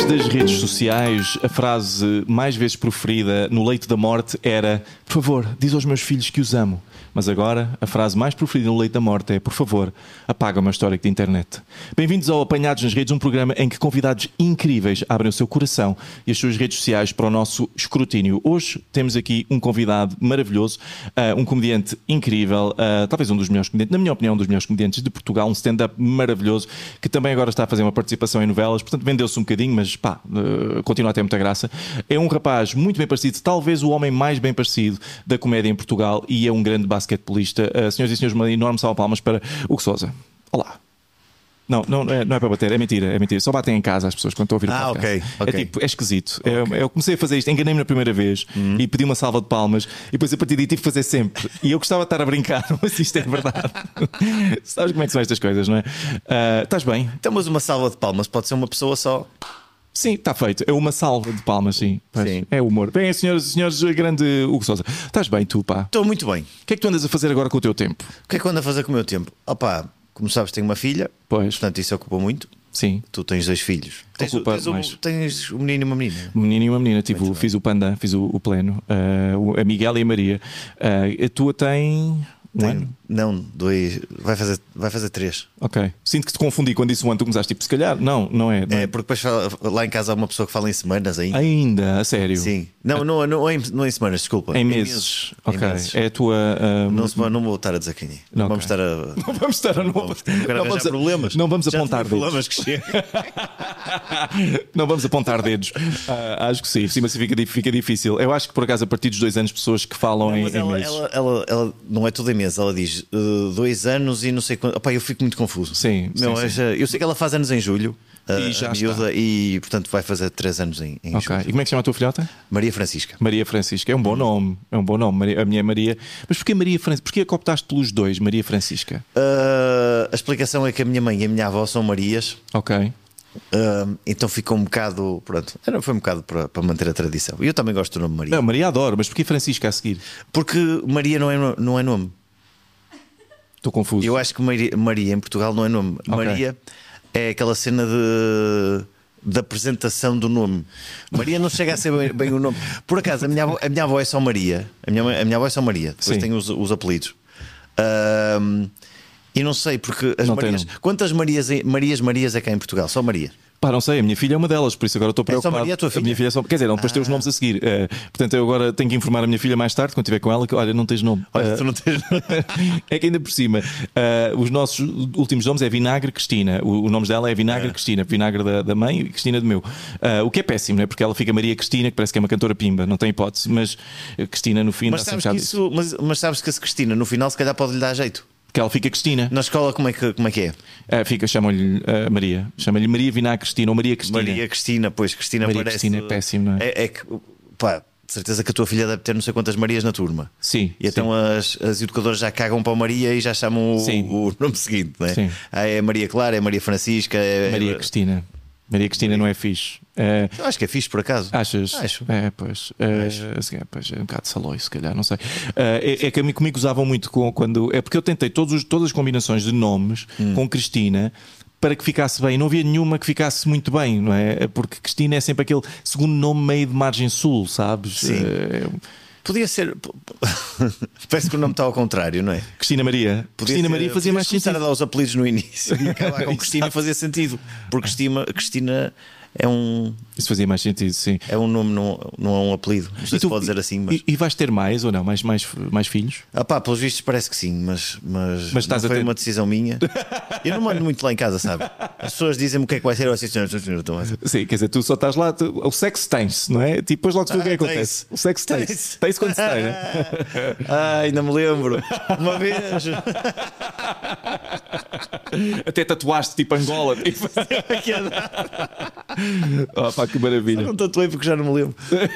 das redes sociais, a frase mais vezes proferida no leito da morte era: por favor, diz aos meus filhos que os amo. Mas agora, a frase mais proferida no leito da morte é: por favor, apaga o meu histórico de internet. Bem-vindos ao Apanhados nas Redes, um programa em que convidados incríveis abrem o seu coração e as suas redes sociais para o nosso escrutínio. Hoje temos aqui um convidado maravilhoso, um comediante incrível, talvez um dos melhores comediantes, na minha opinião, um dos melhores comediantes de Portugal, um stand-up maravilhoso, que também agora está a fazer uma participação em novelas, portanto vendeu-se um bocadinho, mas pá, continua a ter muita graça. É um rapaz muito bem parecido, talvez o homem mais bem parecido da comédia em Portugal, e é um grande basquetebolista. Senhoras e senhores, uma enorme salva de palmas para Hugo Sousa. Olá. Não é para bater, é mentira. Só batem em casa as pessoas quando estão a ouvir o podcast. Ok. É tipo, é esquisito. Okay. Eu comecei a fazer isto, enganei-me na primeira vez e pedi uma salva de palmas, e depois a partir daí tive que fazer sempre. E eu gostava de estar a brincar, mas isto é verdade. Sabes como é que são estas coisas, não é? Estás bem? Então, mas uma salva de palmas pode ser uma pessoa só. Sim, está feito. É uma salva de palmas, sim. Sim. É humor. Bem, senhores, grande Hugo Sousa. Estás bem, tu, pá? Estou muito bem. O que é que tu andas a fazer agora com o teu tempo? O que é que eu ando a fazer com o meu tempo? Opá, como sabes, tenho uma filha. Pois. Portanto, isso ocupa muito. Sim. Tu tens 2 filhos. Ocupa mais. Tens um menino e uma menina. Um menino e uma menina. Fiz o Panda, fiz o pleno. A Miguel e a Maria. A tua tem... ano? Não, 2. Vai fazer 3. Ok. Sinto que te confundi quando disse um ano, tu começaste tipo, se calhar, não é. É, porque depois lá em casa há uma pessoa que fala em semanas ainda. Ainda, a sério? Sim. Não é em semanas, desculpa. Em meses. Ok. Em meses. É a tua. Não vou estar a dizer quem é. Não, Vamos estar a. Não vamos estar a. Não quero arranjar problemas. Não vamos Já apontar tive dedos. problemas que chega. Não vamos apontar dedos. Acho que sim, mas fica difícil. Eu acho que por acaso a partir dos 2 anos, pessoas que falam em meses. Ela não é tudo em meses, ela diz 2 anos e não sei quanto. Opa, eu fico muito confuso. Sim, sim. Eu sei que ela faz anos em julho. E já miúda, e portanto vai fazer 3 anos em Ok. julho. E como é que chama a tua filhota? Maria Francisca. Maria Francisca. É um bom nome. É um bom nome. A minha é Maria. Mas porquê Maria Francisca? Porquê que optaste pelos dois, Maria Francisca? A explicação é que a minha mãe e a minha avó são Marias. Ok. Então ficou um bocado. Pronto, foi um bocado para manter a tradição. E eu também gosto do nome Maria. Não, Maria adoro, mas porquê Francisca a seguir? Porque Maria não é nome. Estou confuso. Eu acho que Maria em Portugal não é nome. Okay. Maria é aquela cena de apresentação do nome. Maria não chega a ser bem o nome. Por acaso, a minha avó é só Maria. A minha avó é só Maria. Depois Sim. tem os apelidos. E não sei porque as Não Marias. Quantas Marias é cá em Portugal? Só Maria. Pá, não sei, a minha filha é uma delas, por isso agora estou preocupado. só Maria a tua filha? minha filha é só... Quer dizer, não, depois ter os nomes a seguir. Portanto, eu agora tenho que informar a minha filha mais tarde, quando estiver com ela, que olha, não tens nome. Olha, tu não tens. É que ainda por cima, os nossos últimos nomes é Vinagre Cristina. O nome dela é Vinagre Cristina, Vinagre da mãe e Cristina do meu. O que é péssimo, não é? Porque ela fica Maria Cristina, que parece que é uma cantora pimba, não tem hipótese, mas Cristina no fim. Mas sabes que essa Cristina no final se calhar pode lhe dar jeito. Que ela fica Cristina. Na escola como é que é? Chamam-lhe Maria. Chama-lhe Maria Vinagre Cristina ou Maria Cristina. Maria Cristina, pois Cristina Maria parece. Cristina é péssimo, não é? É que, pá, de certeza que a tua filha deve ter não sei quantas Marias na turma. Sim. E então as educadoras já cagam para a Maria e já chamam o nome seguinte, não é? Sim. É Maria Clara, é Maria Francisca, Maria Cristina. Maria Cristina não é fixe. Eu acho que é fixe por acaso. Achas? Acho. Pois. Pois é um bocado saloi, se calhar, não sei. É que a mim comigo usavam muito quando. É porque eu tentei todas as combinações de nomes com Cristina para que ficasse bem. Não havia nenhuma que ficasse muito bem, não é? Porque Cristina é sempre aquele segundo nome meio de margem sul, sabes? Sim. Podia ser. Parece que o nome está ao contrário, não é? Cristina Maria. Cristina Maria fazia mais sentido. Começar a dar os apelidos no início e acabar com Cristina fazia sentido. Porque Cristina é um. Isso fazia mais sentido, sim. É um nome, não é um apelido. Não sei se pode dizer assim. Mas... E vais ter mais ou não? Mais filhos? Pelos vistos parece que sim, mas estás não foi a ter... uma decisão minha. Eu não mando muito lá em casa, sabe? As pessoas dizem-me o que é que vai ser. Eu assisto. Sim, quer dizer, tu só estás lá. O sexo tem-se, não é? Tipo, depois logo se vê o que é que acontece. O sexo tem-se. Tem-se quando se tem, não é? Ainda me lembro. Uma vez. Até tatuaste tipo Angola. Tipo... Pá, que maravilha. Não tatuei porque já não me lembro.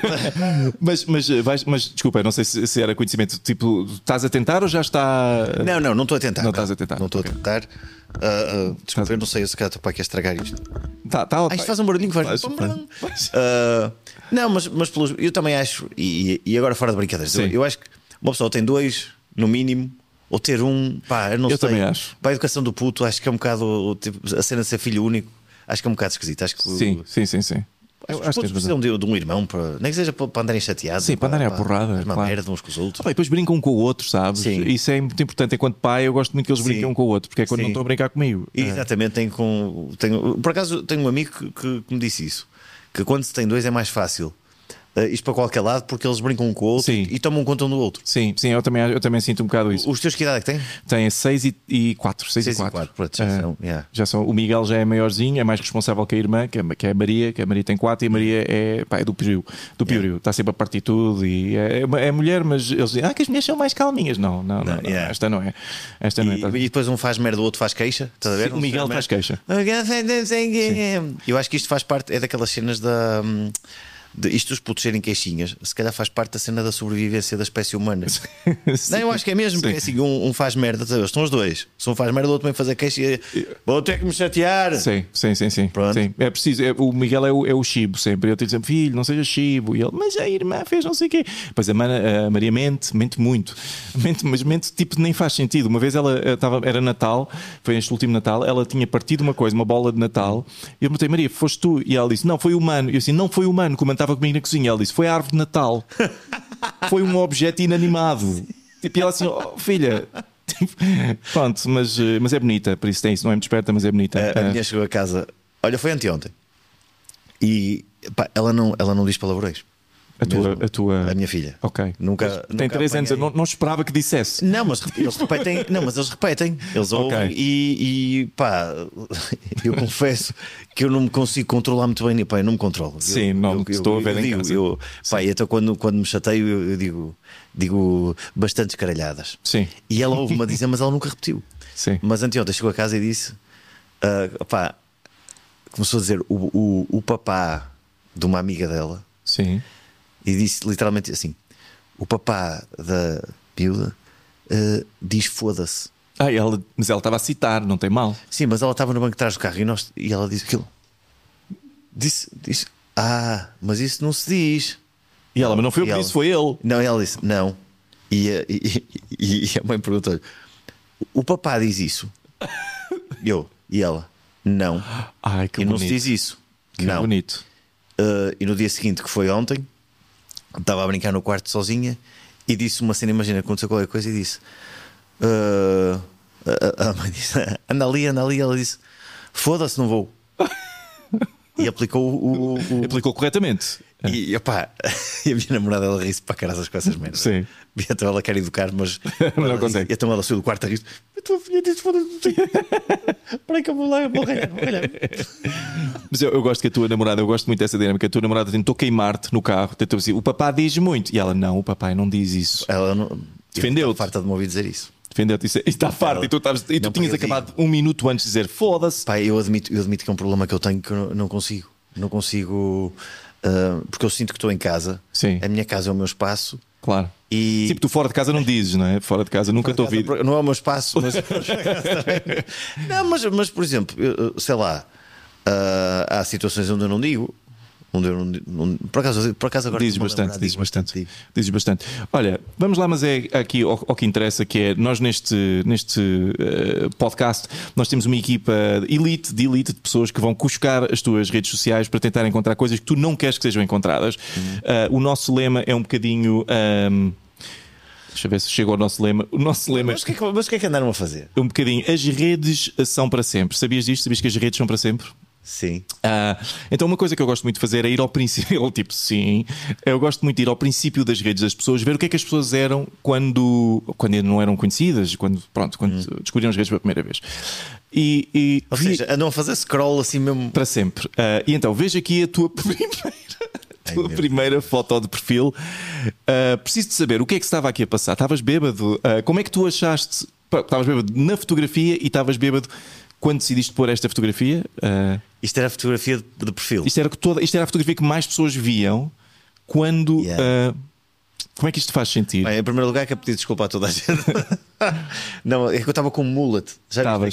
mas desculpa, não sei se era conhecimento. Tipo, estás a tentar ou já está. Não estou a tentar. Não estás a tentar. Não estou a tentar. Desculpa, eu não sei se calhar estou para aqui a estragar isto. Isto faz um barulhinho que faz. Não, mas eu também acho, e agora fora de brincadeiras, eu acho que uma pessoa tem 2, no mínimo, ou ter um, pá, eu não sei. Também acho. Para a educação do puto, acho que é um bocado tipo, a cena de ser filho único, acho que é um bocado esquisito. Acho que sim. Precisam de um irmão, nem que seja para andarem chateados. Sim, para andarem à porrada. Uma merda uns com os outros. Depois brincam um com o outro, sabes? Sim. Isso é muito importante. Enquanto pai, eu gosto muito que eles brinquem um com o outro, porque é quando não estão a brincar comigo. Exatamente. Por acaso, tenho um amigo que me disse isso: que quando se tem dois é mais fácil. Isto para qualquer lado, porque eles brincam um com o outro e tomam conta um do outro. Sim, eu também sinto um bocado isso. Os teus que idade é que têm? Têm 6 e 4. 6 e 4. Já são. O Miguel já é maiorzinho, é mais responsável que a irmã, que é a Maria, tem 4 e a Maria é do Pirio. Está sempre a partir tudo e é mulher, mas eles dizem que as mulheres são mais calminhas. Não, esta não é. E depois um faz merda, o outro faz queixa. Estás a ver? Sim, o Miguel faz queixa. Eu acho que isto faz parte, é daquelas cenas da. Isto os putos serem queixinhas, se calhar faz parte da cena da sobrevivência da espécie humana. Não, eu acho que é mesmo, porque assim, um faz merda, estão os dois. Se um faz merda, o outro também fazer queixa e vou ter que me chatear. Sim. É preciso. O Miguel é o chibo sempre. Eu te digo, filho, não seja chibo. E ele, mas a irmã fez não sei o quê. Pois a Maria mente muito. Mas mente tipo, nem faz sentido. Uma vez era Natal, foi este último Natal, ela tinha partido uma bola de Natal. E eu perguntei, Maria, foste tu? E ela disse, não, foi humano. E eu disse, não foi humano, como estava comigo na cozinha. Ela disse, foi a árvore de Natal. Foi um objeto inanimado. Tipo, e ela assim, filha. Pronto, mas é bonita. Por isso tem isso, não é muito esperta, mas é bonita. A minha chegou a casa, olha, foi anteontem. E ela não diz palavrões. A minha filha. Ok. Tem 3 anos, eu não esperava que dissesse. Não, mas eles repetem. Eles ouvem e pá, eu confesso que eu não me consigo controlar muito bem. Pá, eu não me controlo. Sim, estou a ver em casa. Pá, então quando me chateio, eu digo bastante caralhadas. Sim. E ela ouve-me a dizer, mas ela nunca repetiu. Sim. Mas anteontem chegou a casa e disse, pá, começou a dizer o papá de uma amiga dela. Sim. E disse literalmente assim: o papá da miúda diz foda-se. Mas ela estava a citar, não tem mal. Sim, mas ela estava no banco de trás do carro e ela disse aquilo. Disse, mas isso não se diz. E ela, mas não foi eu que disse, foi ele. Não, ela disse, não. E a mãe perguntou-lhe: o papá diz isso? E ela, não. Ai, que e bonito. Não se diz isso. Que não. Bonito. E no dia seguinte, que foi ontem, estava a brincar no quarto sozinha e disse uma cena, imagina, aconteceu qualquer coisa e disse a mãe disse, anda ali, ela disse, foda-se, não vou. E aplicou aplicou corretamente. E opá, e a minha namorada, ela ri-se para caraças com essas merdas. Sim. Então ela quer educar, mas não consegue. Então ela saiu do quarto a rir-se. A tua filha disse foda-se. Peraí que eu vou ganhar. Mas eu gosto que a tua namorada, eu gosto muito dessa dinâmica. A tua namorada tentou queimar-te no carro, tentou dizer, o papá diz muito. E ela, não, o papai não diz isso. Ela não defendeu-te. Farta de me ouvir dizer isso. Defendeu-te, está farto. E tu tinhas acabado um minuto antes de dizer foda-se. Pai, eu admito que é um problema que eu tenho, que eu não consigo. Porque eu sinto que estou em casa. Sim. A minha casa é o meu espaço. Claro. E tipo, tu fora de casa não dizes, não é? Fora de casa nunca estou a ouvir. Não é o meu espaço, mas não, mas por exemplo, sei lá, há situações onde eu não digo. Por acaso agora dizes bastante. Olha, vamos lá, mas é aqui ao que interessa, que é nós neste podcast nós temos uma equipa de elite de pessoas que vão cuscar as tuas redes sociais para tentar encontrar coisas que tu não queres que sejam encontradas. O nosso lema é um bocadinho deixa eu ver se chega ao nosso lema. O nosso lema mas o que é que andaram a fazer? Um bocadinho, as redes são para sempre. Sabias disto? Sabias que as redes são para sempre? Sim. Então uma coisa que eu gosto muito de fazer é ir ao princípio. Tipo, sim, eu gosto muito de ir ao princípio das redes das pessoas, ver o que é que as pessoas eram quando ainda não eram conhecidas, quando descobriram as redes pela primeira vez. Ou seja, andam a fazer scroll assim mesmo para sempre. E então veja aqui a tua primeira foto de perfil. Preciso de saber o que é que estava aqui a passar. Estavas bêbado? Como é que tu achaste? Estavas bêbado na fotografia e estavas bêbado quando decidiste pôr esta fotografia? Isto era a fotografia de perfil. Isto era a fotografia que mais pessoas viam quando. Como é que isto faz sentido? Bem, em primeiro lugar, quero pedir desculpa a toda a gente. Não, é que eu estava com um mullet. Estavas.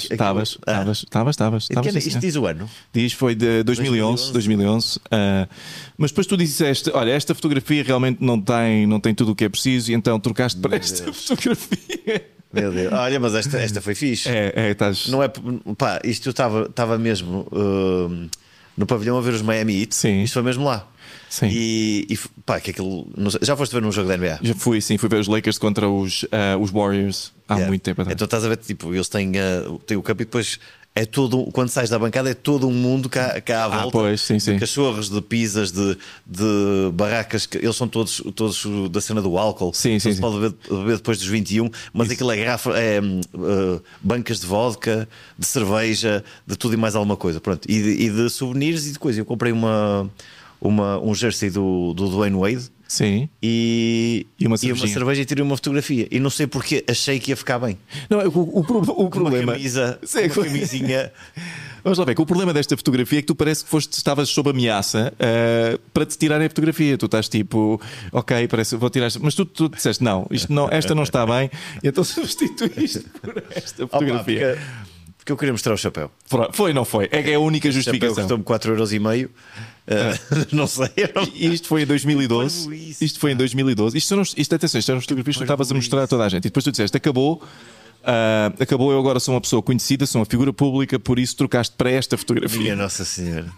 Isto diz o ano? Diz, foi de 2011. Mas depois tu disseste: olha, esta fotografia realmente não tem tudo o que é preciso, e então trocaste para esta fotografia. Meu Deus. Olha, mas esta foi fixe. Estás. Não é, pá, isto eu estava mesmo no pavilhão a ver os Miami Heat. Sim. Isto foi mesmo lá. Sim. E pá, que aquilo. Já foste ver num jogo da NBA? Já fui, sim, fui ver os Lakers contra os Warriors há muito tempo atrás. Então estás a ver, tipo, eles têm o campo e depois é todo. Quando sais da bancada é todo um mundo cá à volta. Pois, sim, sim. De cachorros, de pizzas, de barracas. Eles são todos da cena do álcool. Sim, sim. Pode beber depois dos 21, mas aquilo é garrafa, bancas de vodka, de cerveja, de tudo e mais alguma coisa. Pronto. E de souvenirs e de coisa. Eu comprei um jersey do Dwayne Wade. Sim. E uma cerveja e tirei uma fotografia. E não sei porque achei que ia ficar bem. Não, o problema. Uma camisinha. Vamos lá ver, que o problema desta fotografia é que tu parece que estavas sob ameaça para te tirarem a fotografia. Tu estás tipo, ok, parece, vou tirar esta. Mas tu disseste, não, esta não está bem, e então substituíste por esta fotografia. Porque eu queria mostrar o chapéu. Foi, não foi? É que é a única justificação. Custou-me 4,5€. Não sei. Isto foi em 2012. Isto foi em 2012. Atenção, isto eram fotografias que tu estavas a mostrar a toda a gente. E depois tu disseste, acabou, eu agora sou uma pessoa conhecida, sou uma figura pública, por isso trocaste para esta fotografia. Minha Nossa Senhora.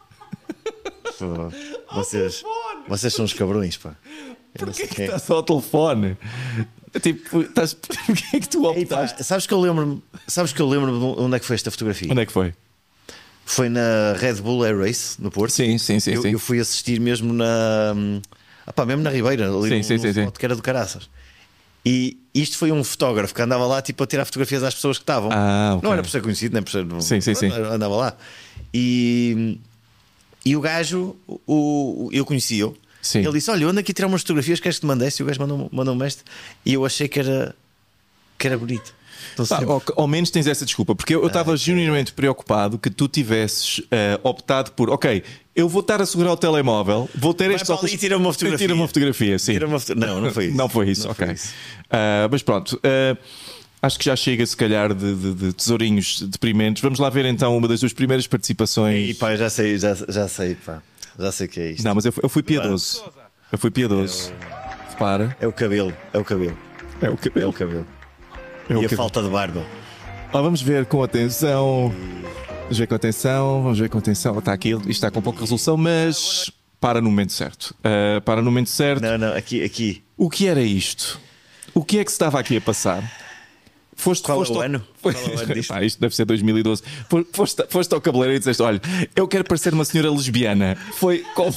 Vocês são os cabrões, pá. Porquê que estás ao telefone? Tipo, porquê é que tu optaste? Sabes que eu lembro-me de onde é que foi esta fotografia? Onde é que foi? Foi na Red Bull Air Race, no Porto. Sim. Eu fui assistir mesmo mesmo na Ribeira, ali no spot que era do Caraças. E isto foi um fotógrafo que andava lá tipo a tirar fotografias às pessoas que estavam. Okay. Não era por ser conhecido, nem por ser. Sim. Andava lá. E o gajo, eu conhecia-o. Sim. Ele disse: olha, eu ando aqui a tirar umas fotografias, queres que te mandesse? E o gajo mandou-me este. E eu achei que era bonito. Ao menos tens essa desculpa, porque eu estava genuinamente preocupado que tu tivesses optado por, ok, eu vou estar a segurar o telemóvel, vou ter este óculos e tira uma fotografia. Sim. Não foi isso. Não foi isso, ok. Mas pronto, acho que já chega se calhar de tesourinhos deprimentes. Vamos lá ver então uma das tuas primeiras participações. E pá, já sei, pá. Já sei que é isto. Não, mas eu fui piedoso. Eu fui piedoso. Repara. É o cabelo. E a falta de barba. Vamos ver com atenção. Vamos ver com atenção. Está aqui, isto está com pouca resolução, mas para no momento certo. Não, aqui. O que era isto? O que é que se estava aqui a passar? Qual é o ano disto? Isto deve ser 2012. Foste ao cabeleireiro e disseste: olha, eu quero parecer uma senhora lesbiana. Qual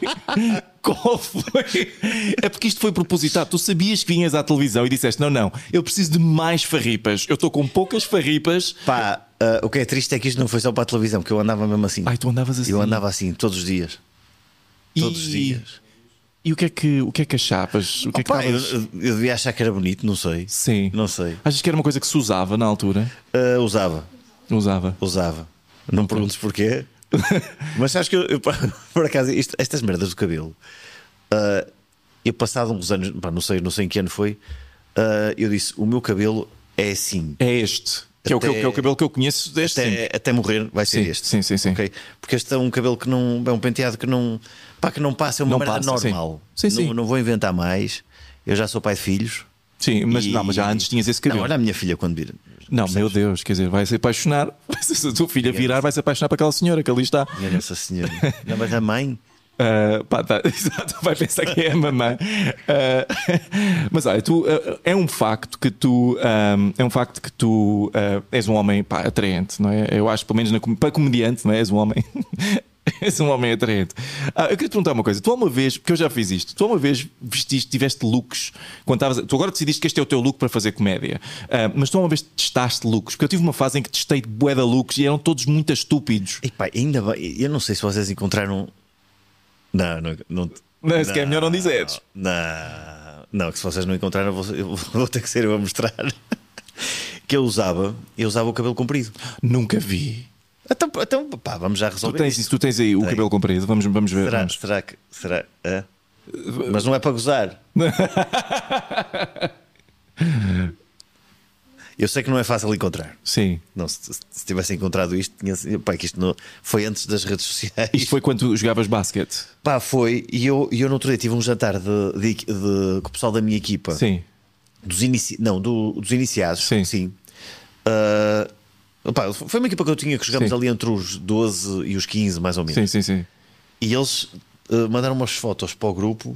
foi? É porque isto foi propositado. Tu sabias que vinhas à televisão e disseste: não, eu preciso de mais farripas. Eu estou com poucas farripas. Pá, o que é triste é que isto não foi só para a televisão, que eu andava mesmo assim. Tu andavas assim? Eu andava assim todos os dias. Todos os dias. E o que é que achavas? Eu devia achar que era bonito, não sei. Sim. Não sei. Achas que era uma coisa que se usava na altura? Usava. Não perguntes porquê. Mas sabes que eu por acaso, estas merdas do cabelo, eu passado uns anos, não sei em que ano foi, eu disse: o meu cabelo é assim. É este. Que é o cabelo que eu conheço deste até morrer vai ser este. Sim. Okay? Porque este é um cabelo que não é um penteado que não passa, é uma merda normal. Sim. Não vou inventar mais. Eu já sou pai de filhos. Sim, mas já antes tinhas esse cabelo. Não, olha a minha filha quando vir. Não, meu Deus, quer dizer, vai se apaixonar. Se a tua filha virar, vai se apaixonar para aquela senhora que ali está. Minha Nossa Senhora. Não, mas a mãe. Exato, vai pensar que é a mamãe. Mas olha, é um facto que tu és um homem atraente, não é? Eu acho, pelo menos para comediante, não é? És um homem. És um homem atraente. Eu queria te perguntar uma coisa. Tu uma vez, porque eu já fiz isto, tiveste looks quando estavas. Tu agora decidiste que este é o teu look para fazer comédia, mas tu uma vez testaste looks? Porque eu tive uma fase em que testei bué de looks e eram todos muito estúpidos. E pá, ainda bem, eu não sei se vocês encontraram. Não, se é melhor não dizeres. Não, que se vocês não encontraram, eu vou ter que ser eu a mostrar. Que eu usava o cabelo comprido. Nunca vi. Então pá, vamos já resolver isso. Tu tens aí o cabelo comprido, vamos ver. Será? Mas não é para gozar. Eu sei que não é fácil encontrar. Sim. Não, se tivesse encontrado isto, que isto não foi antes das redes sociais. Isto foi quando jogavas basquete? Pá, foi. E eu no outro dia tive um jantar com o pessoal da minha equipa. Sim. Dos iniciados. Sim. Opa, foi uma equipa que eu tinha que jogamos ali entre os 12 e os 15, mais ou menos. Sim. E eles mandaram umas fotos para o grupo.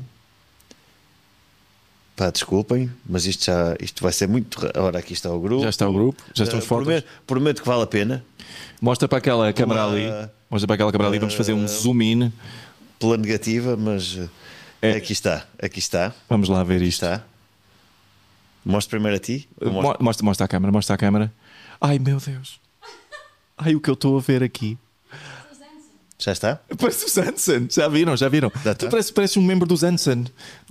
Pá, desculpem, mas isto vai ser muito. Ora, aqui está o grupo. Já está o grupo, já estão as fotos. Prometo que vale a pena. Mostra para aquela câmara ali. Vamos fazer um zoom in. Pela negativa, mas aqui está. Vamos lá ver isto. Está. Mostra primeiro a ti. Mostra à câmara. Ai, meu Deus. Ai, o que eu estou a ver aqui. Já está? Parece o Zansen. Já viram? Tu parece um membro do Zansen.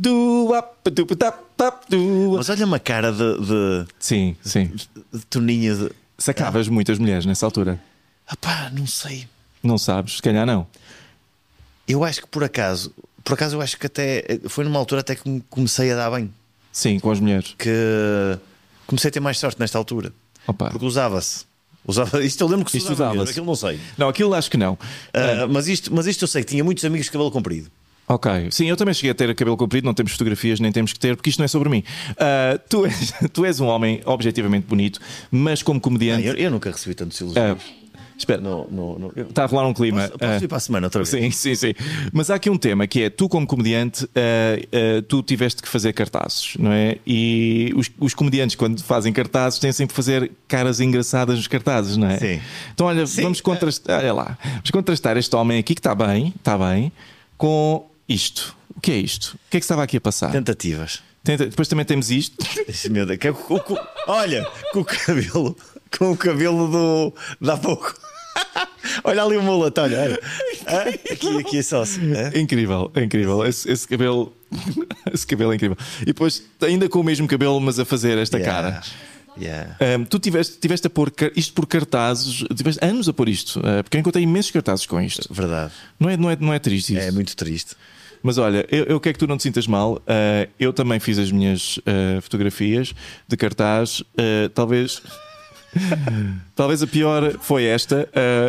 Mas olha uma cara de Sim. de toninha de... Sacavas muitas mulheres nessa altura? Não sei. Não sabes? Se calhar não. Eu acho que por acaso eu acho que até foi numa altura até que comecei a dar bem. Sim, com as mulheres. Que comecei a ter mais sorte nesta altura. Opa. Porque usava-se. Isto eu lembro que se usava mesmo, aquilo não sei. Não, aquilo acho que não. Mas isto eu sei que tinha muitos amigos de cabelo comprido. Ok, sim, eu também cheguei a ter cabelo comprido. Não temos fotografias, nem temos que ter, porque isto não é sobre mim. Tu és um homem objetivamente bonito, mas como comediante. Eu nunca recebi tantos elogios. Espera, está a rolar um clima. Posso ir para a semana outra vez? Sim. Mas há aqui um tema que é: tu, como comediante, tu tiveste que fazer cartazes, não é? E os comediantes, quando fazem cartazes, têm sempre que fazer caras engraçadas nos cartazes, não é? Sim. Então, olha, vamos contrastar. Olha lá, vamos contrastar este homem aqui que está bem, com isto. O que é isto? O que é que estava aqui a passar? Tentativas. Depois também temos isto. Meu Deus, olha, com o cabelo do há pouco. Olha ali o mullet, olha. Aqui é sócio. É incrível. Esse cabelo é incrível. E depois, ainda com o mesmo cabelo, mas a fazer esta cara. Tu tiveste a pôr isto por cartazes, tiveste anos a pôr isto, porque eu encontrei imensos cartazes com isto. Verdade. Não é triste isso? É muito triste. Mas olha, eu quero que tu não te sintas mal. Eu também fiz as minhas fotografias de cartaz. Talvez a pior foi esta.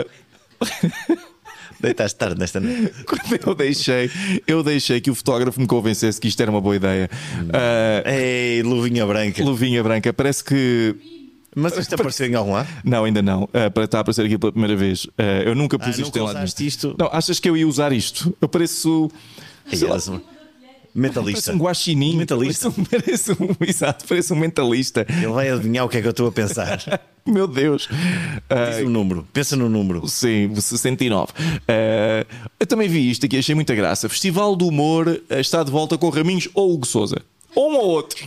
Deitaste tarde nesta noite. Quando eu deixei que o fotógrafo me convencesse que isto era uma boa ideia. Ei, luvinha branca. Parece que. Mas isto apareceu em algum lado? Não, ainda não. Está a aparecer aqui pela primeira vez. Eu nunca pus isto em lado. Isto? Não, achas que eu ia usar isto? Eu pareço. Mentalista. Parece um guaxinim. Mentalista. Parece um mentalista. Ele vai adivinhar o que é que eu estou a pensar. Meu Deus. Diz um número. Pensa no número. Sim, 69. Eu também vi isto aqui, achei muita graça. Festival do Humor está de volta com Raminhos ou Hugo Sousa. Ou um ou outro.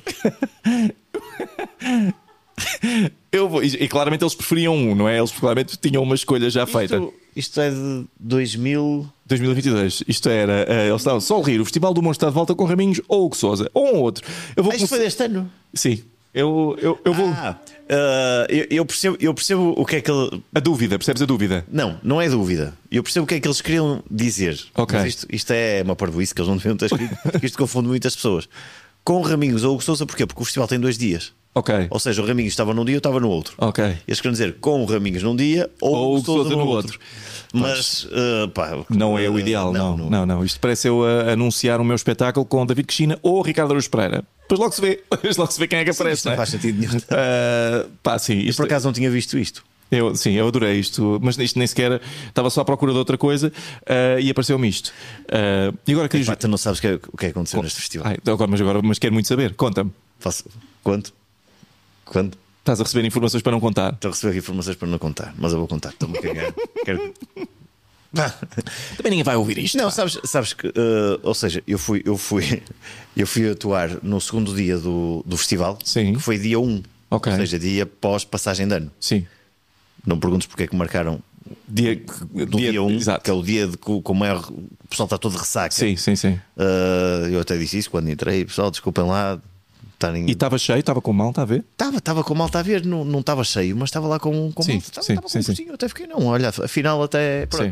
E claramente eles preferiam um, não é? Eles claramente tinham uma escolha já feita. Isto é de 2022. Isto era. Eles estavam só a rir. O Festival do Humor está de volta com Raminhos ou Hugo Sousa. Ou um ou outro. Isto foi deste ano? Sim. Eu vou. Eu percebo o que é que ele. A dúvida, percebes a dúvida? Não é dúvida. Eu percebo o que é que eles queriam dizer. Okay. Mas isto é uma parvoíce que eles não deviam ter escrito. Isto confunde muitas pessoas. Com Raminhos ou Hugo Sousa, porquê? Porque o festival tem 2 dias. Okay. Ou seja, o Raminhos estava num dia, eu estava no outro. Okay. Eles queriam dizer com o Raminhos num dia ou o Sousa no outro. Mas não é o ideal, não. Isto parece eu anunciar o meu espetáculo com David Cristina ou Ricardo Araújo Pereira. Depois logo se vê quem é que aparece. Sim, não faz sentido nenhum. Sim, por acaso não tinha visto isto. Eu adorei isto, mas isto nem sequer estava só à procura de outra coisa e apareceu-me isto. E agora queria... Tu não sabes o que aconteceu neste festival. Mas quero muito saber, conta-me. Quanto? Estás a receber informações para não contar? Estou a receber informações para não contar, mas eu vou contar. Estou-me a cagar. Também ninguém vai ouvir isto. Não, sabes que, ou seja, eu fui atuar no segundo dia do festival. Sim. Que foi dia 1. Okay. Ou seja, dia pós passagem de ano. Sim. Não perguntes porque é que marcaram dia 1, exato. Que é o dia de com o maior. O pessoal está todo de ressaca. Sim. Eu até disse isso quando entrei. Pessoal, desculpem lá. E estava cheio? Estava com malta a ver? Estava com malta a ver. Não estava cheio, mas estava lá com malta. Estava com um postinho. Até fiquei, não, olha, afinal até. Sim.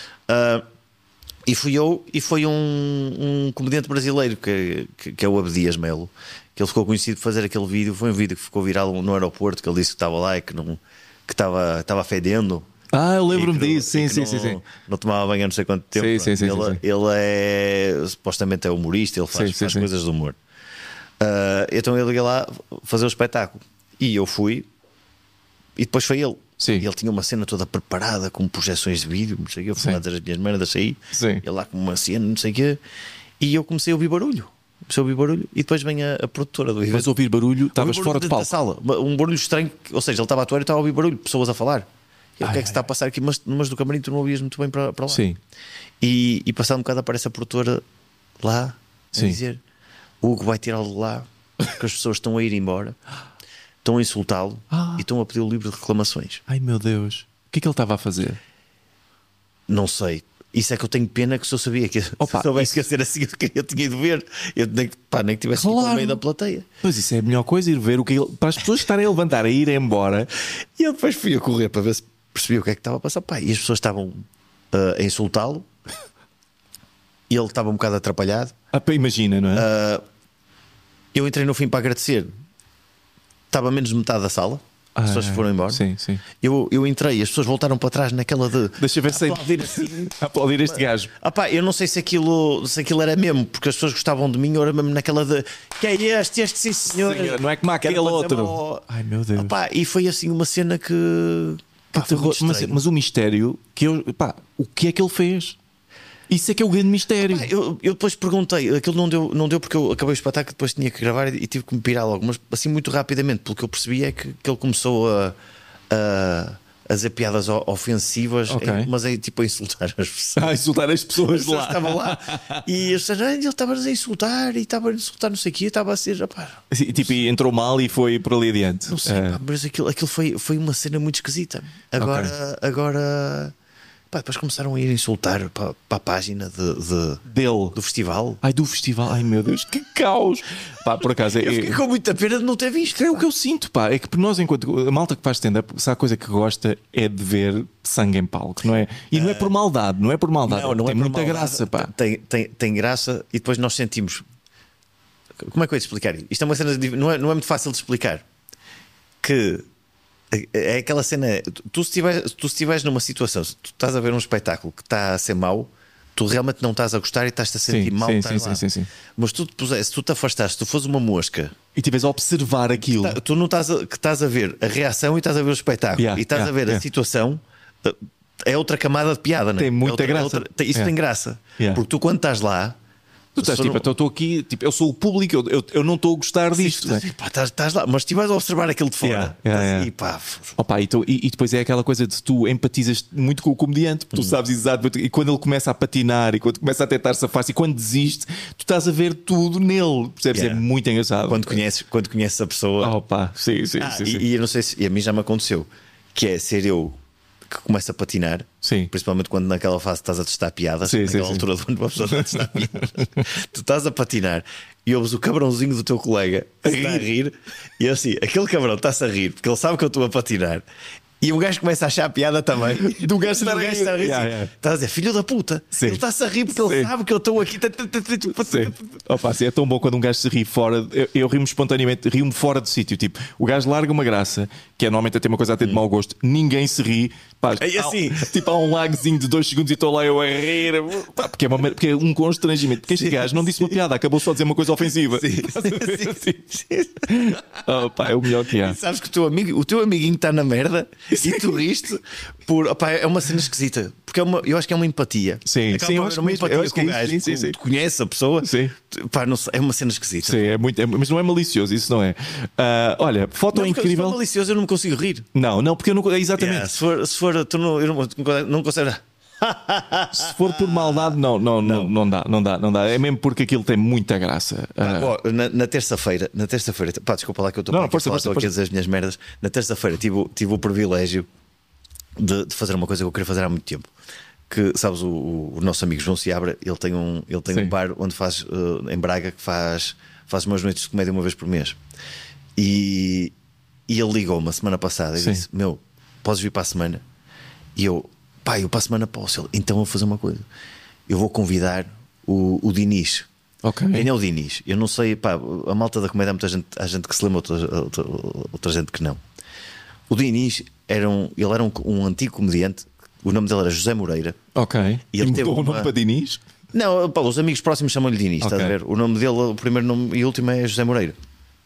E fui eu e foi um comediante brasileiro que é o Abdias Melo, que ele ficou conhecido por fazer aquele vídeo. Foi um vídeo que ficou viral no aeroporto, que ele disse que estava lá e que estava fedendo. Eu lembro-me disso, sim. Não tomava banho há não sei quanto tempo. Sim. Ele supostamente é humorista, ele faz coisas de humor. Então ele ia lá fazer o espetáculo e eu fui e depois foi ele. E ele tinha uma cena toda preparada com projeções de vídeo, não sei o quê. Eu fui lá dizer as minhas merdas aí, ele lá com uma cena, não sei o quê. E eu comecei a ouvir barulho. E depois vem a produtora do evento. Mas ouvir barulho, estavas fora de palco. Da sala. Um barulho estranho, ou seja, ele estava a atuar e estava a ouvir barulho, pessoas a falar. O que é que se está a passar aqui? Mas do camarim tu não ouvias muito bem para lá. Sim. E passado um bocado aparece a produtora lá a dizer: o Hugo vai tirá-lo de lá, porque as pessoas estão a ir embora, estão a insultá-lo e estão a pedir o livro de reclamações. Ai meu Deus, o que é que ele estava a fazer? Não sei. Isso é que eu tenho pena, que se eu sabia que se soubesse que ia ser assim, eu tinha ido ver. Eu nem que tivesse ido no meio da plateia. Pois isso é a melhor coisa, ir ver o que para as pessoas estarem a levantar, a ir embora. E eu depois fui a correr para ver se percebi o que é que estava a passar. E as pessoas estavam a insultá-lo. E ele estava um bocado atrapalhado. Imagina, não é? Eu entrei no fim para agradecer. Estava menos de metade da sala. As pessoas foram embora. Sim. Eu entrei e as pessoas voltaram para trás naquela de deixa ver se aplaudir este gajo. Eu não sei se aquilo era mesmo, porque as pessoas gostavam de mim, ou era mesmo naquela de que é este sim senhor. Não é como aquele outro. Ai meu Deus. E foi assim uma cena que mas o mistério que o que é que ele fez? Isso é que é o grande mistério. Eu depois perguntei, aquilo não deu porque eu acabei o espetáculo, depois tinha que gravar e tive que me pirar logo, mas assim muito rapidamente, pelo que eu percebi é que ele começou a dizer piadas ofensivas, mas é tipo a insultar as pessoas. A insultar as pessoas lá. Estavam lá e ele estava a insultar e estava a insultar não sei o que, estava a ser tipo, entrou mal e foi por ali adiante. Não sei, mas aquilo foi uma cena muito esquisita. Agora depois começaram a ir insultar para a página do festival. Do festival. Ai meu Deus, que caos. Por acaso eu fiquei com muita pena de não ter visto. É o que eu sinto, é que nós, enquanto a malta que faz stand-up, se há coisa que gosta é de ver sangue em palco, não é? E não é por maldade, não é por maldade. Não tem é muita graça, tem graça e depois nós sentimos. Como é que eu ia explicar? Isto é uma cena, não é muito fácil de explicar. Que é aquela cena. Tu se estiveres numa situação, se tu estás a ver um espetáculo que está a ser mau, tu realmente não estás a gostar e estás-te a sentir mal. Sim. Mas se tu te afastaste, se tu fores uma mosca e estiveres a observar aquilo, tu não estás a ver a reação e estás a ver o espetáculo e estás a ver a situação, é outra camada de piada, não é? Tem muita graça. Isso tem graça. Porque tu, quando estás lá, tu estás tipo, eu estou aqui, tipo, eu sou o público, eu não estou a gostar disto. Estás lá, mas se estiveres a observar aquilo de fora, e depois é aquela coisa de tu empatizas muito com o comediante, porque tu sabes exatamente. E quando ele começa a patinar, e quando começa a tentar safar-se, e quando desiste, tu estás a ver tudo nele, percebes? É muito engraçado. Quando conheces a pessoa, sim. E eu não sei se, e a mim já me aconteceu, que é ser eu que começa a patinar, principalmente quando naquela fase estás a testar piadas, naquela altura do ano, uma pessoa está a testar piadas. Tu estás a patinar e ouves o cabrãozinho do teu colega a rir, e eu assim, aquele cabrão está-se a rir porque ele sabe que eu estou a patinar. E o gajo começa a achar a piada também do gajo estar a rir. Estás a dizer, filho da puta, ele está-se a rir porque ele sabe que eu estou aqui. É tão bom quando um gajo se ri fora. Eu rio-me espontaneamente, rio-me fora do sítio. Tipo, o gajo larga uma graça, que é normalmente até uma coisa até de mau gosto, ninguém se ri. Assim. Tipo, há um lagzinho de 2 segundos e estou lá eu a rir. Porque é um constrangimento. Porque este gajo não disse uma piada, acabou só a dizer uma coisa ofensiva. É o melhor que há. E sabes que o teu amiguinho está na merda. E tu riste por. É uma cena esquisita. Porque eu acho que é uma empatia. Sim, eu acho uma empatia com o gajo. Tu conheces a pessoa. Sim. Não sei, é uma cena esquisita. Sim, mas não é malicioso, isso não é. Olha, foto incrível. Se for malicioso, eu não me consigo rir. Não, porque eu não. Exatamente. Se for, tu não, eu não consigo. Se for por maldade, não dá. É mesmo porque aquilo tem muita graça. Na terça-feira, desculpa lá que eu estou aqui a dizer as minhas merdas. Na terça-feira tive o privilégio de fazer uma coisa que eu queria fazer há muito tempo. Que sabes, o nosso amigo João Seabra, ele tem um bar onde faz em Braga, que faz umas noites de comédia uma vez por mês. E ele ligou-me a semana passada e disse: podes vir para a semana? E eu para a semana posso. Então eu vou fazer uma coisa, eu vou convidar o Dinis. Quem é o Dinis? Eu não sei, a malta da comédia há gente que se lembra, outra gente que não. O Dinis ele era um antigo comediante. O nome dele era José Moreira. E ele teve o nome para Dinis? Não, os amigos próximos chamam-lhe Dinis. Estás a ver? O nome dele, o primeiro nome e o último é José Moreira.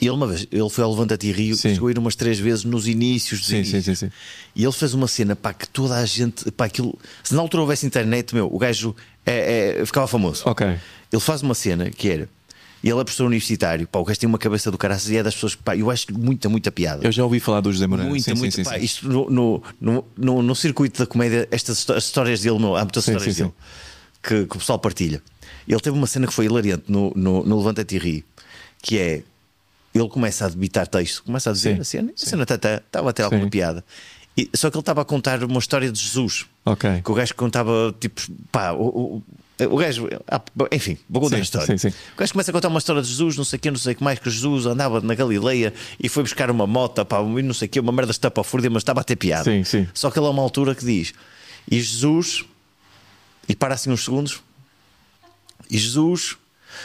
E ele uma vez, ele foi ao Levanta-te e Rio, chegou a ir umas 3 vezes nos inícios. Sim. E ele fez uma cena, pá, que toda a gente, pá, aquilo, se na altura houvesse internet, o gajo ficava famoso. Ok. Ele faz uma cena que era, e ele é professor universitário, pá, o gajo tem uma cabeça do caraças e é das pessoas que, pá, eu acho muita piada. Eu já ouvi falar do José Moreira. Muita, pá, isto no circuito da comédia, estas histórias dele, há muitas histórias dele que o pessoal partilha. Ele teve uma cena que foi hilariante no Levanta-te e Ri, que é, ele começa a debitar texto, começa a dizer a cena estava a ter alguma piada. Só que ele estava a contar uma história de Jesus. Ok. Que o gajo contava, tipo, pá, o gajo, enfim, vou contar a história. O gajo começa a contar uma história de Jesus, não sei o que mais, que Jesus andava na Galileia e foi buscar uma moto, pá, não sei o que, uma merda estapafúrdia, mas estava a ter piada. Sim. Só que ele há uma altura que diz, e Jesus, e para assim uns segundos, e Jesus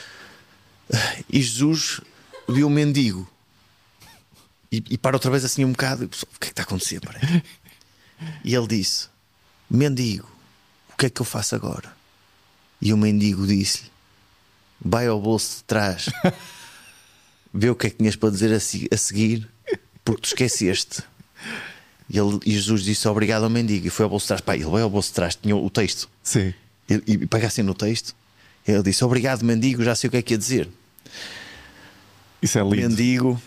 viu um mendigo e para outra vez assim um bocado, o que é que está a acontecer? E ele disse, mendigo, o que é que eu faço agora? E o mendigo disse-lhe, vai ao bolso de trás, vê o que é que tinhas para dizer a seguir, porque tu esqueceste. E Jesus disse obrigado ao mendigo e foi ao bolso de trás. Pá, ele vai ao bolso de trás, tinha o texto. Sim. E pega assim no texto. Ele disse obrigado mendigo, já sei o que é que ia dizer. Isso é lindo. Mendigo.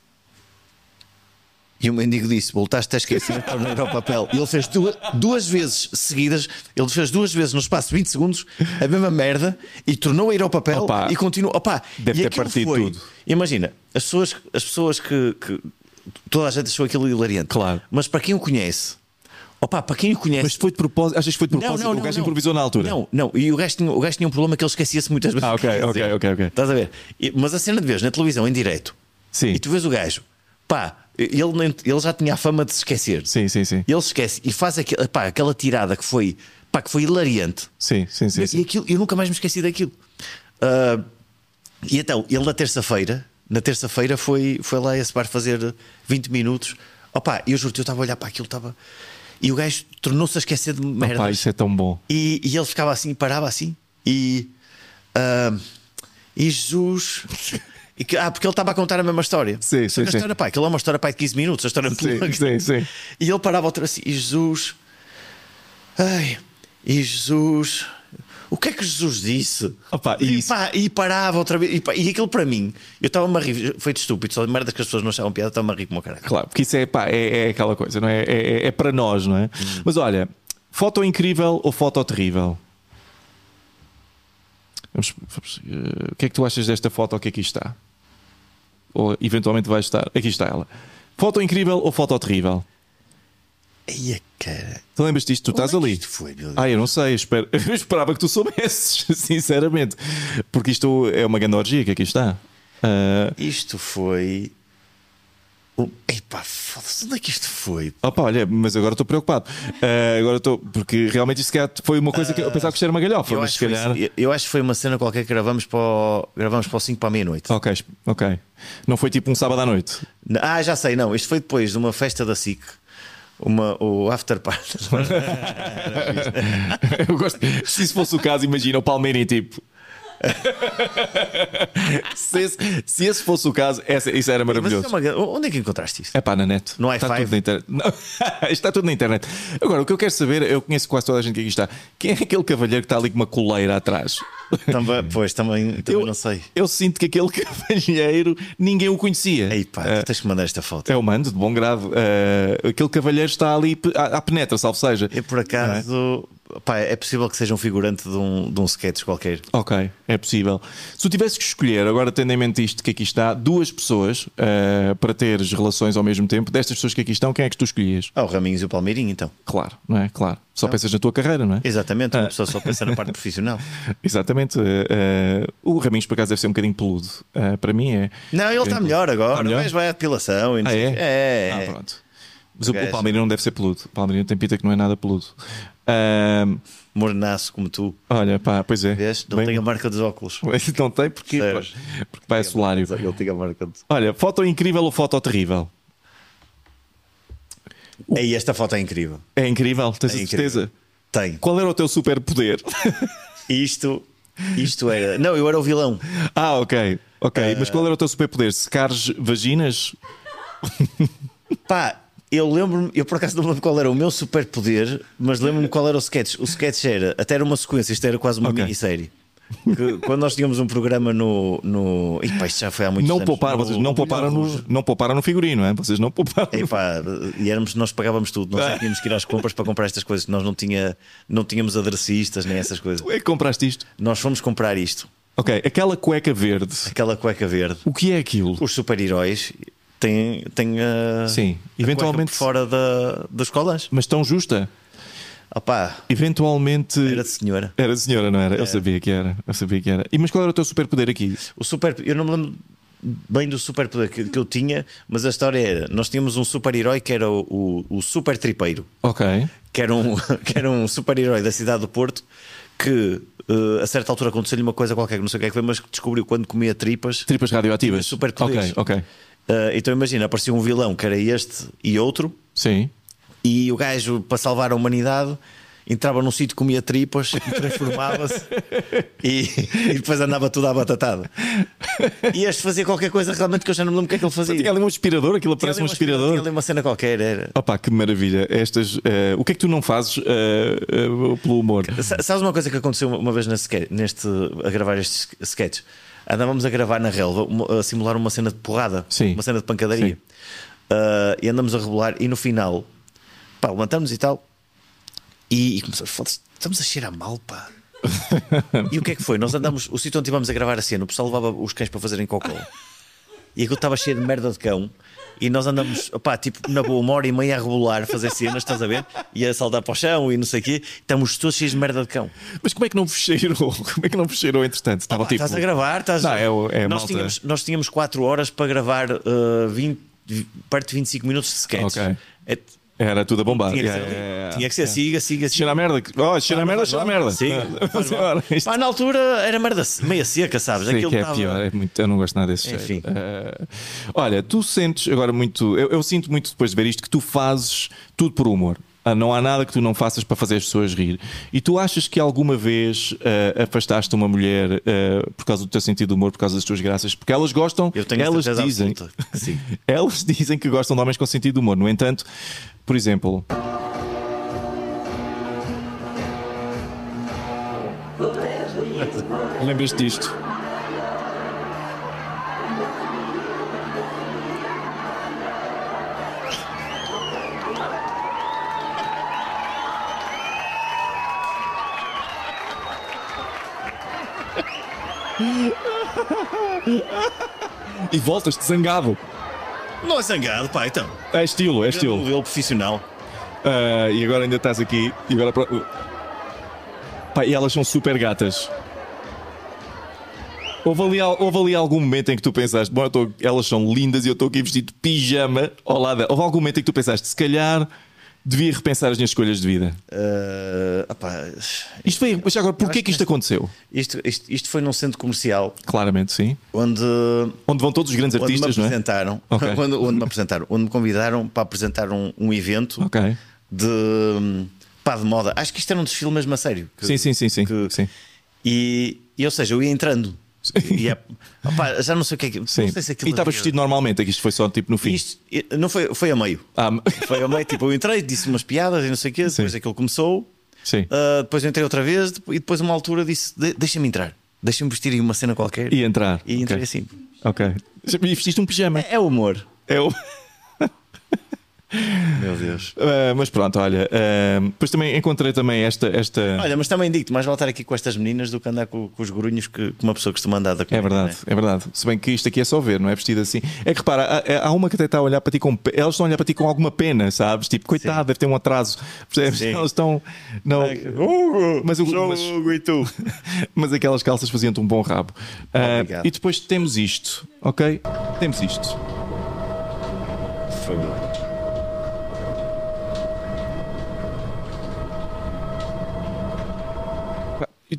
E o mendigo disse, voltaste a esquecer, tornou a ir ao papel. E ele fez duas vezes seguidas. Ele fez 2 vezes no espaço de 20 segundos a mesma merda e tornou a ir ao papel. E continuou. Deve ter partido tudo. Imagina, as pessoas que toda a gente achou aquilo hilariante. Claro. Mas para quem o conhece, para quem o conhece. Mas foi de propósito? Achas que foi de propósito? Não, o gajo improvisou na altura? Não. E o gajo tinha um problema que ele esquecia-se muitas vezes. Ok. Estás a ver? Mas a cena de vez na televisão em direto. Sim. E tu vês o gajo, ele já tinha a fama de se esquecer. Sim. E ele se esquece e faz aquela tirada que foi hilariante. Sim. E aquilo, eu nunca mais me esqueci daquilo. E então, ele na terça-feira foi lá a esse bar fazer 20 minutos. Eu juro-te, eu estava a olhar para aquilo, e o gajo tornou-se a esquecer de merda. Isso é tão bom. E ele ficava assim, parava assim, e Jesus. Porque ele estava a contar a mesma história. Sim. A história, aquilo é uma história de 15 minutos. A história Sim. E ele parava outra assim, e Jesus. E Jesus. O que é que Jesus disse? E parava outra vez. E aquilo para mim, eu estava-me a rir, foi de estúpido, só de merdas que as pessoas não achavam piada, estava-me a rir como o caralho. Claro, porque isso é aquela coisa, não é? É para nós, não é? Mas olha, foto incrível ou foto terrível? O que é que tu achas desta foto que aqui está? Ou eventualmente vai estar? Aqui está ela. Foto incrível ou foto terrível? Ai, cara. Tu lembras disto? Tu estás ali? Isto foi, meu Deus. Eu não sei. Eu esperava que tu soubesses, sinceramente. Porque isto é uma grande orgia que aqui está. Isto foi. Foda-se, onde é que isto foi? Olha, mas agora estou preocupado. Porque realmente isto foi uma coisa que eu pensava que isto era uma galhofa. Mas se calhar... eu acho que foi uma cena qualquer que gravamos para o 5 para a meia-noite. Ok. Não foi tipo um sábado à noite? Já sei, não. Isto foi depois de uma festa da SIC. O after party. Eu gosto. Se isso fosse o caso, imagina o Palmeirinho tipo. se esse fosse o caso, isso era maravilhoso. Onde é que encontraste isso? Na net. No está i5? Tudo na internet. Está tudo na internet. Agora, o que eu quero saber, eu conheço quase toda a gente que aqui está. Quem é aquele cavalheiro que está ali com uma coleira atrás? Também não sei. Eu sinto que aquele cavalheiro ninguém o conhecia. Tens que mandar esta foto. Eu mando, de bom grado. Aquele cavalheiro está ali à penetra, salvo seja. Por acaso. É possível que seja um figurante de um sketch qualquer. Ok, é possível. Se tu tivesse que escolher, agora tendo em mente isto que aqui está, 2 pessoas para teres relações ao mesmo tempo, destas pessoas que aqui estão, quem é que tu escolhias? O Raminhos e o Palmeirinho, então. Claro, não é? Claro. Só pensas na tua carreira, não é? Exatamente, uma pessoa só pensa na parte profissional. Exatamente. O Raminhos, por acaso, deve ser um bocadinho peludo. Para mim é. Não, ele está melhor agora. Mas vai à depilação. É? Pronto. Mas o Palmeirinho não deve ser peludo. O Palmeirinho tem pinta que não é nada peludo. Mornaço como tu. Olha, pois é. Vês? Não tem a marca dos óculos. Não tem porque vai a solário. Ele tem a marca dos... Olha, foto incrível ou foto terrível? Esta foto é incrível. É incrível? Tens a certeza? Tenho. Qual era o teu superpoder? Isto Isto era. Não, eu era o vilão. Ok. Mas qual era o teu superpoder? Secares vaginas? Pá, eu por acaso não me lembro qual era o meu superpoder, mas lembro-me qual era o sketch. O sketch era, até era uma sequência, isto era quase uma minissérie. Quando nós tínhamos um programa no. E pá, isto já foi há muitos anos. Vocês não pouparam no figurino, não é? Vocês não pouparam. E pá, nós pagávamos tudo. Nós tínhamos que ir às compras para comprar estas coisas. Nós não tínhamos aderecistas nem essas coisas. Tu é que compraste isto? Nós fomos comprar isto. Ok, aquela cueca verde. O que é aquilo? Os super-heróis têm sim, eventualmente fora das escolas. Mas tão justa. Opá, eventualmente era de senhora. Era de senhora, não era? Eu sabia que era. E mas qual era o teu superpoder aqui? Eu não me lembro bem do superpoder que eu tinha, mas a história era: nós tínhamos um super-herói que era o super tripeiro. Ok. Que era um super-herói da cidade do Porto que a certa altura aconteceu-lhe uma coisa qualquer, não sei o que é que foi, mas que descobriu quando comia tripas radioativas. Superpoderes. Ok. Então imagina, aparecia um vilão que era este e outro. Sim. E o gajo, para salvar a humanidade, entrava num sítio, comia tripas e transformava-se e depois andava tudo à batatada. E este fazia qualquer coisa realmente que eu já não me lembro o que é que ele fazia. Tinha ali um aspirador, aquilo parece um aspirador. Tinha ali uma cena qualquer. Era... Opa, que maravilha. O que é que tu não fazes pelo humor? Sabes uma coisa que aconteceu uma vez a gravar estes sketches? Andávamos a gravar na relva, a simular uma cena de porrada. Sim. Uma cena de pancadaria. E andamos a rebolar e no final, pá, levantamos e tal. E começamos, estamos a cheirar mal, pá. E o que é que foi? Nós andamos, o sítio onde estivemos a gravar a cena, o pessoal levava os cães para fazerem cocô. E aquilo estava cheio de merda de cão. E nós andamos, opá, tipo, na boa, 1h30 a rebolar, a fazer cenas, estás a ver? E a saltar para o chão e não sei o quê. Estamos todos cheios de merda de cão. Mas como é que não vos cheirou? Como é que não vos cheirou, entretanto? Estava tipo... Estás a gravar, nós tínhamos 4 horas para gravar perto de 25 minutos de sketch. Ok. Era tudo a bombar. Tinha que ser siga. Cheira a merda. Cheira a merda. Sim. Pá, na altura era merda meia seca, sabes? Aquilo que é pior. Eu não gosto nada desse Enfim. cheiro. Olha, tu sentes agora muito. Eu sinto muito depois de ver isto que tu fazes tudo por humor. Não há nada que tu não faças para fazer as pessoas rir. E tu achas que alguma vez afastaste uma mulher por causa do teu sentido de humor, por causa das tuas graças? Porque elas gostam, elas dizem que sim. Elas dizem que gostam de homens com sentido de humor. No entanto, por exemplo, lembras-te disto? E voltas-te zangado. Não é zangado, pá, então. É estilo. Modelo profissional. E agora ainda estás aqui. E agora. Pá, e elas são super gatas. Houve ali algum momento em que tu pensaste, bom, elas são lindas e eu estou aqui vestido de pijama ao lado dela. Houve algum momento em que tu pensaste, se calhar devia repensar as minhas escolhas de vida? Isto foi. Mas agora, porquê que isto aconteceu? Isto foi num centro comercial. Claramente, sim. Onde vão todos os grandes artistas, não é? Onde me apresentaram. Onde me convidaram para apresentar um evento de moda. Acho que isto era um desfile mesmo a sério. Sim. E ou seja, eu ia entrando. Já não sei o que é que. Não sei se e estava vestido normalmente, é que isto foi só tipo no fim. Isto não foi a meio. Foi a meio, tipo, eu entrei, disse umas piadas e não sei o quê, depois aquilo começou. Depois eu entrei outra vez e depois uma altura disse: deixa-me entrar, deixa-me vestir aí uma cena qualquer. E entrar. E entrei assim. Ok. E vestiste um pijama. É humor. Meu Deus. Mas pronto, olha. Depois também encontrei também esta. Olha, mas também digo-te, mais vale estar aqui com estas meninas do que andar com os grunhos que uma pessoa costuma andar da comunidade. É verdade. Se bem que isto aqui é só ver, não é vestido assim. É que repara, há uma que até está a olhar para ti com. Elas estão a olhar para ti com alguma pena, sabes? Tipo, coitado, deve ter um atraso. Percebes? Elas estão. Não. Hugo e tu. Mas aquelas calças faziam-te um bom rabo. E depois temos isto, ok? Temos isto. Por favor.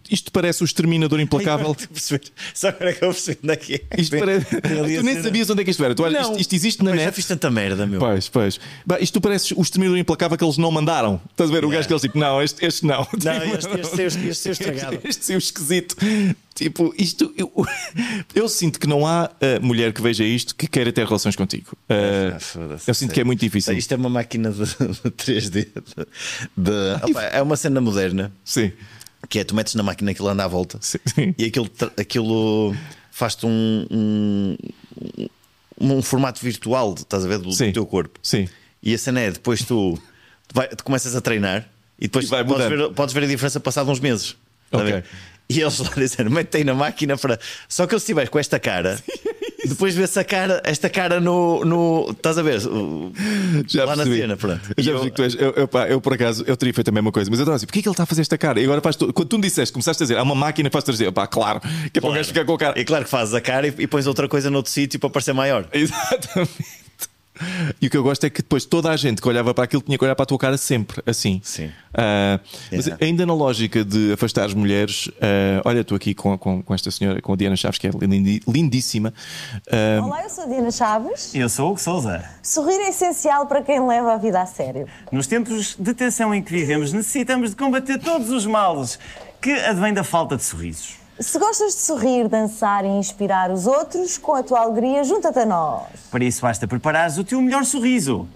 isto parece o Exterminador Implacável. Só agora é que eu percebi onde é que é. Isto parece... Tu nem sabias onde é que isto era. Isto existe na net. Já fiz tanta merda, meu. Pois. Isto parece o Exterminador Implacável que eles não mandaram. Estás a ver? O gajo que eles tipo, não, este não. Não, este saiu estragado. Este saiu esquisito. Tipo, isto. Eu sinto que não há mulher que veja isto que queira ter relações contigo. Eu sinto que é muito difícil. Isto é uma máquina de 3D. É uma cena moderna. Sim. Que é, tu metes na máquina aquilo anda à volta. Sim. E aquilo faz-te um formato virtual, estás a ver, do teu corpo. Sim. E a cena é, depois tu começas a treinar e depois podes ver a diferença passado uns meses. Okay. E eles lá dizem, mete aí na máquina para. Só que se estiveres com esta cara, depois vê-se esta cara no. Estás a ver? Já lá percebi. Na cena, pronto. Já que tu és. Eu, por acaso, eu teria feito a mesma coisa, mas eu estava assim, porquê que ele está a fazer esta cara? E agora quando tu me disseste, começaste a dizer, há uma máquina para trazer, claro, que é para o gajo ficar com a cara. E claro que fazes a cara e pões outra coisa noutro sítio para parecer maior. Exatamente. E o que eu gosto é que depois toda a gente que olhava para aquilo tinha que olhar para a tua cara sempre assim. Sim. Mas ainda na lógica de afastar as mulheres, olha, estou aqui com esta senhora, com a Diana Chaves, que é lindíssima. Olá, eu sou a Diana Chaves. Eu sou o Hugo Sousa. Sorrir é essencial para quem leva a vida a sério. Nos tempos de tensão em que vivemos, necessitamos de combater todos os males que advêm da falta de sorrisos. Se gostas de sorrir, dançar e inspirar os outros, com a tua alegria, junta-te a nós. Para isso basta preparares o teu melhor sorriso.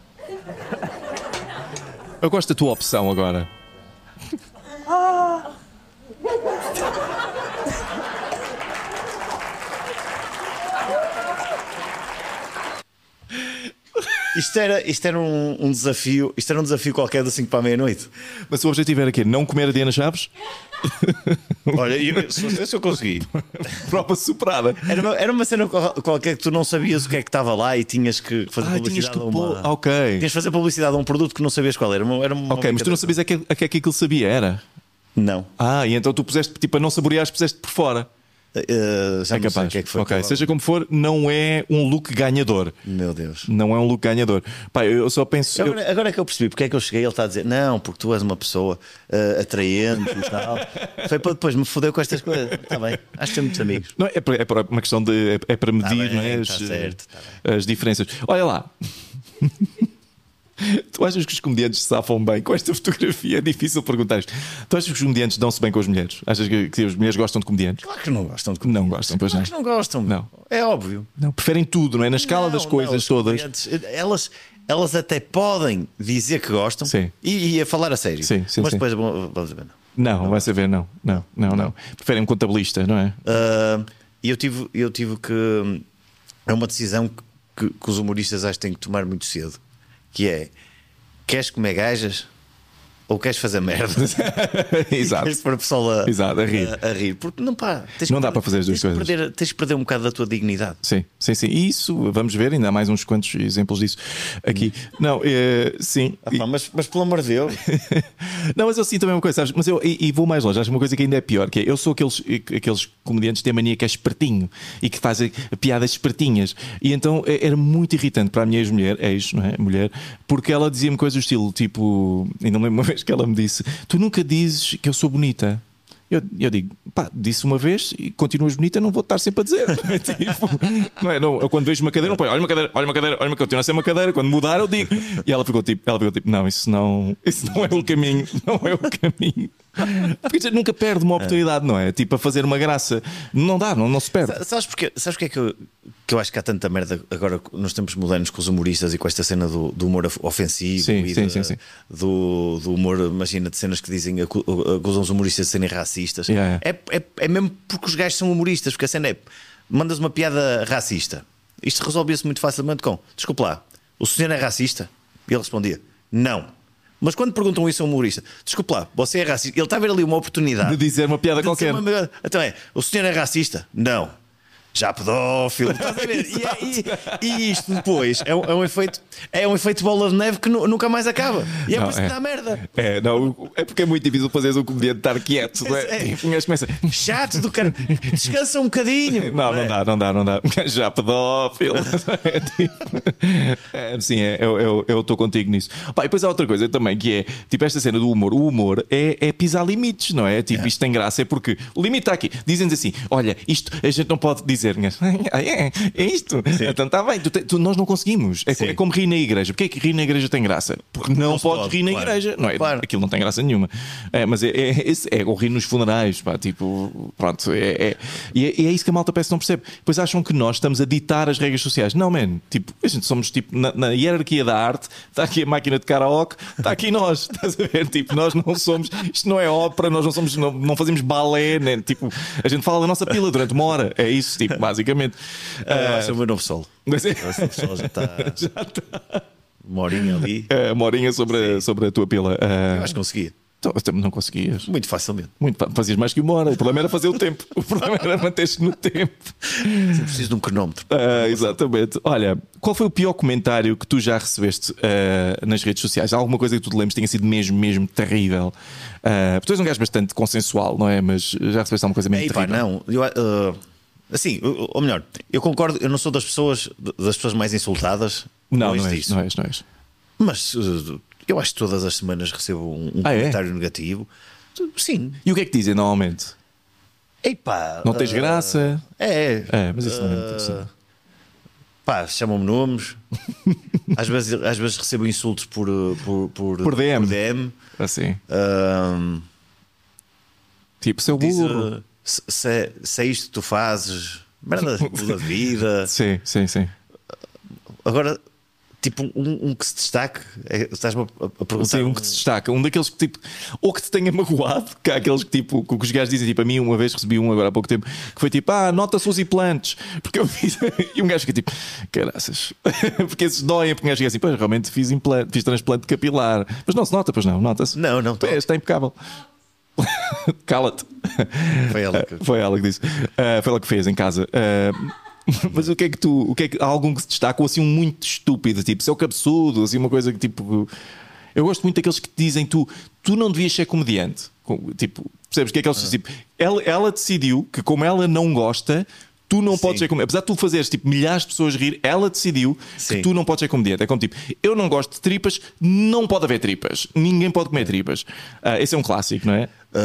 Eu gosto da tua opção agora. Isto era um desafio. Isto era um desafio qualquer das 5 para a meia-noite. Mas o objetivo era quê? Não comer a Diana Chaves? Olha, se eu consegui. Prova superada. Era uma cena qualquer que tu não sabias o que é que estava lá e tinhas que fazer publicidade a uma. Ok. Tinhas de fazer publicidade a um produto que não sabias qual era. Ok, mas tu não sabias a que é que aquilo sabia, era? Não. E então tu puseste, tipo, a não saborear, puseste por fora. Já é capaz. O que é que foi. Ok, seja como for, não é um look ganhador. Meu Deus. Não é um look ganhador. Pá, eu só penso. Agora é que eu percebi porque é que eu cheguei. Ele está a dizer, não, porque tu és uma pessoa atraente e tal. Foi para depois me fodeu com estas coisas. Está bem, acho que temos muitos amigos. Não, é para uma questão de. É para medir, bem, não é? Está certo, as diferenças. Olha lá. Tu achas que os comediantes se safam bem com esta fotografia? É difícil perguntar isto. Tu achas que os comediantes dão-se bem com as mulheres? Achas que as mulheres gostam de comediantes? Claro que não gostam de comediantes. Não gostam, pois claro que não gostam. Não. É óbvio. Não, preferem tudo, não é? Na escala das coisas todas. Elas até podem dizer que gostam. Sim. E a falar a sério. Sim, mas depois vamos ver. Não, vai saber, não. Preferem um contabilista, não é? E eu tive que. É uma decisão que os humoristas acho que têm que tomar muito cedo. Que é: queres comer gajas ou queres fazer merda? Exato. Queres para o pessoal a rir. A rir. Porque não dá para fazer as duas coisas. Tens de perder um bocado da tua dignidade. Sim. E isso, vamos ver, ainda há mais uns quantos exemplos disso aqui. Não, sim. Mas pelo amor de Deus. Não, mas eu sinto também uma coisa, sabes? Mas e vou mais longe, acho uma coisa que ainda é pior, que é, eu sou aqueles comediantes que têm a mania que é espertinho e que fazem piadas espertinhas. E então era muito irritante para a minha ex-mulher, não é? Mulher, porque ela dizia-me coisas do estilo, tipo, ainda me lembro uma vez que ela me disse: tu nunca dizes que eu sou bonita. Eu digo, disse uma vez e continuas bonita, não vou estar sempre a dizer. Não, eu quando vejo uma cadeira, não põe, olha uma cadeira, continua a ser uma cadeira. Quando mudar, eu digo. E ela ficou tipo, não, isso não é o caminho, não é o caminho. Porque a gente nunca perde uma oportunidade, não é? Tipo, a fazer uma graça. Não dá, não se perde. Sabes porque é que eu acho que há tanta merda agora nos tempos modernos com os humoristas e com esta cena do humor ofensivo sim. Do humor, imagina, de cenas que dizem, acusam os humoristas de serem racistas. Yeah. É mesmo porque os gajos são humoristas, porque a cena é: mandas uma piada racista. Isto resolvia-se muito facilmente com: desculpa lá, o senhor é racista? E ele respondia: não. Mas quando perguntam isso a um humorista: desculpa lá, você é racista? Ele está a ver ali uma oportunidade de dizer uma piada qualquer. Então o senhor é racista? Não. já pedófilo, estás a ver? E isto depois é um efeito bola de neve que nunca mais acaba. E por isso que dá merda. É porque é muito difícil fazeres um comediante estar quieto. Começa... Chato do cara, descansa um bocadinho. Não dá. Já pedófilo. Sim, eu estou contigo nisso. E depois há outra coisa também que é tipo esta cena do humor. O humor é pisar limites, não é? Tipo, isto tem graça, é porque o limite está aqui. Dizem-nos assim: olha, isto a gente não pode dizer. É isto. Sim. Então está bem, nós não conseguimos. É como rir na igreja. Porquê é que rir na igreja tem graça? Porque não podes rir na igreja. Não é? Claro. Aquilo não tem graça nenhuma. Mas é o rir nos funerais. Tipo, pronto. E é isso que a malta parece que não percebe. Depois acham que nós estamos a ditar as regras sociais. Não, man. Tipo, a gente somos tipo na hierarquia da arte. Está aqui a máquina de karaoke. Está aqui nós. Estás a ver? Tipo, nós não somos. Isto não é ópera. Nós não somos. Não fazemos balé. Né? Tipo, a gente fala da nossa pila durante uma hora. É isso. Tipo, basicamente. Vai ser o meu novo solo. O novo solo já está. Uma horinha ali. Uma horinha sobre a tua pila. Eu acho que conseguia. Não conseguias. Muito facilmente. Fazias mais que uma hora. O problema era fazer o tempo. O problema era manter-te no tempo. Você precisa de um cronómetro. Exatamente. Olha, qual foi o pior comentário que tu já recebeste nas redes sociais? Há alguma coisa que tu te lembres que tenha sido mesmo terrível? Porque tu és um gajo bastante consensual, não é? Mas já recebeste alguma coisa mesmo terrível? Não. Assim, ou melhor, eu concordo. Eu não sou das pessoas mais insultadas. Não és. Mas eu acho que todas as semanas recebo um comentário negativo. Sim. E o que é que dizem normalmente? Epá, não tens graça? Mas isso não é muito assim. Chamam-me nomes. às vezes recebo insultos por DM. Assim. Tipo, seu burro. Se é isto que tu fazes, merda da vida. Sim. Agora, tipo, um que se destaque, estás-me a perguntar. Sim, um que se destaca, um daqueles que tipo, ou que te tenha magoado, que há aqueles que tipo, que os gajos dizem, tipo, a mim uma vez recebi agora há pouco tempo, que foi tipo, nota-se os implantes, porque eu fiz, e um gajo fica tipo, caraças, porque esses doem, porque um gajo fica assim, pois realmente fiz transplante capilar, mas não se nota, pois não, nota-se. Não, está impecável. Cala-te. Foi ela que disse. Foi ela que fez em casa. Mas o que é que há algum que se destaca ou assim um muito estúpido, tipo seu cabeçudo, assim uma coisa que tipo. Eu gosto muito daqueles que te dizem tu não devias ser comediante. Tipo, percebes que é aqueles tipo, ela decidiu que como ela não gosta, tu não podes ser comediante. Apesar de tu fazeres tipo milhares de pessoas rir, ela decidiu que tu não podes ser comediante. É como tipo, eu não gosto de tripas, não pode haver tripas. Ninguém pode comer tripas. Esse é um clássico, não é?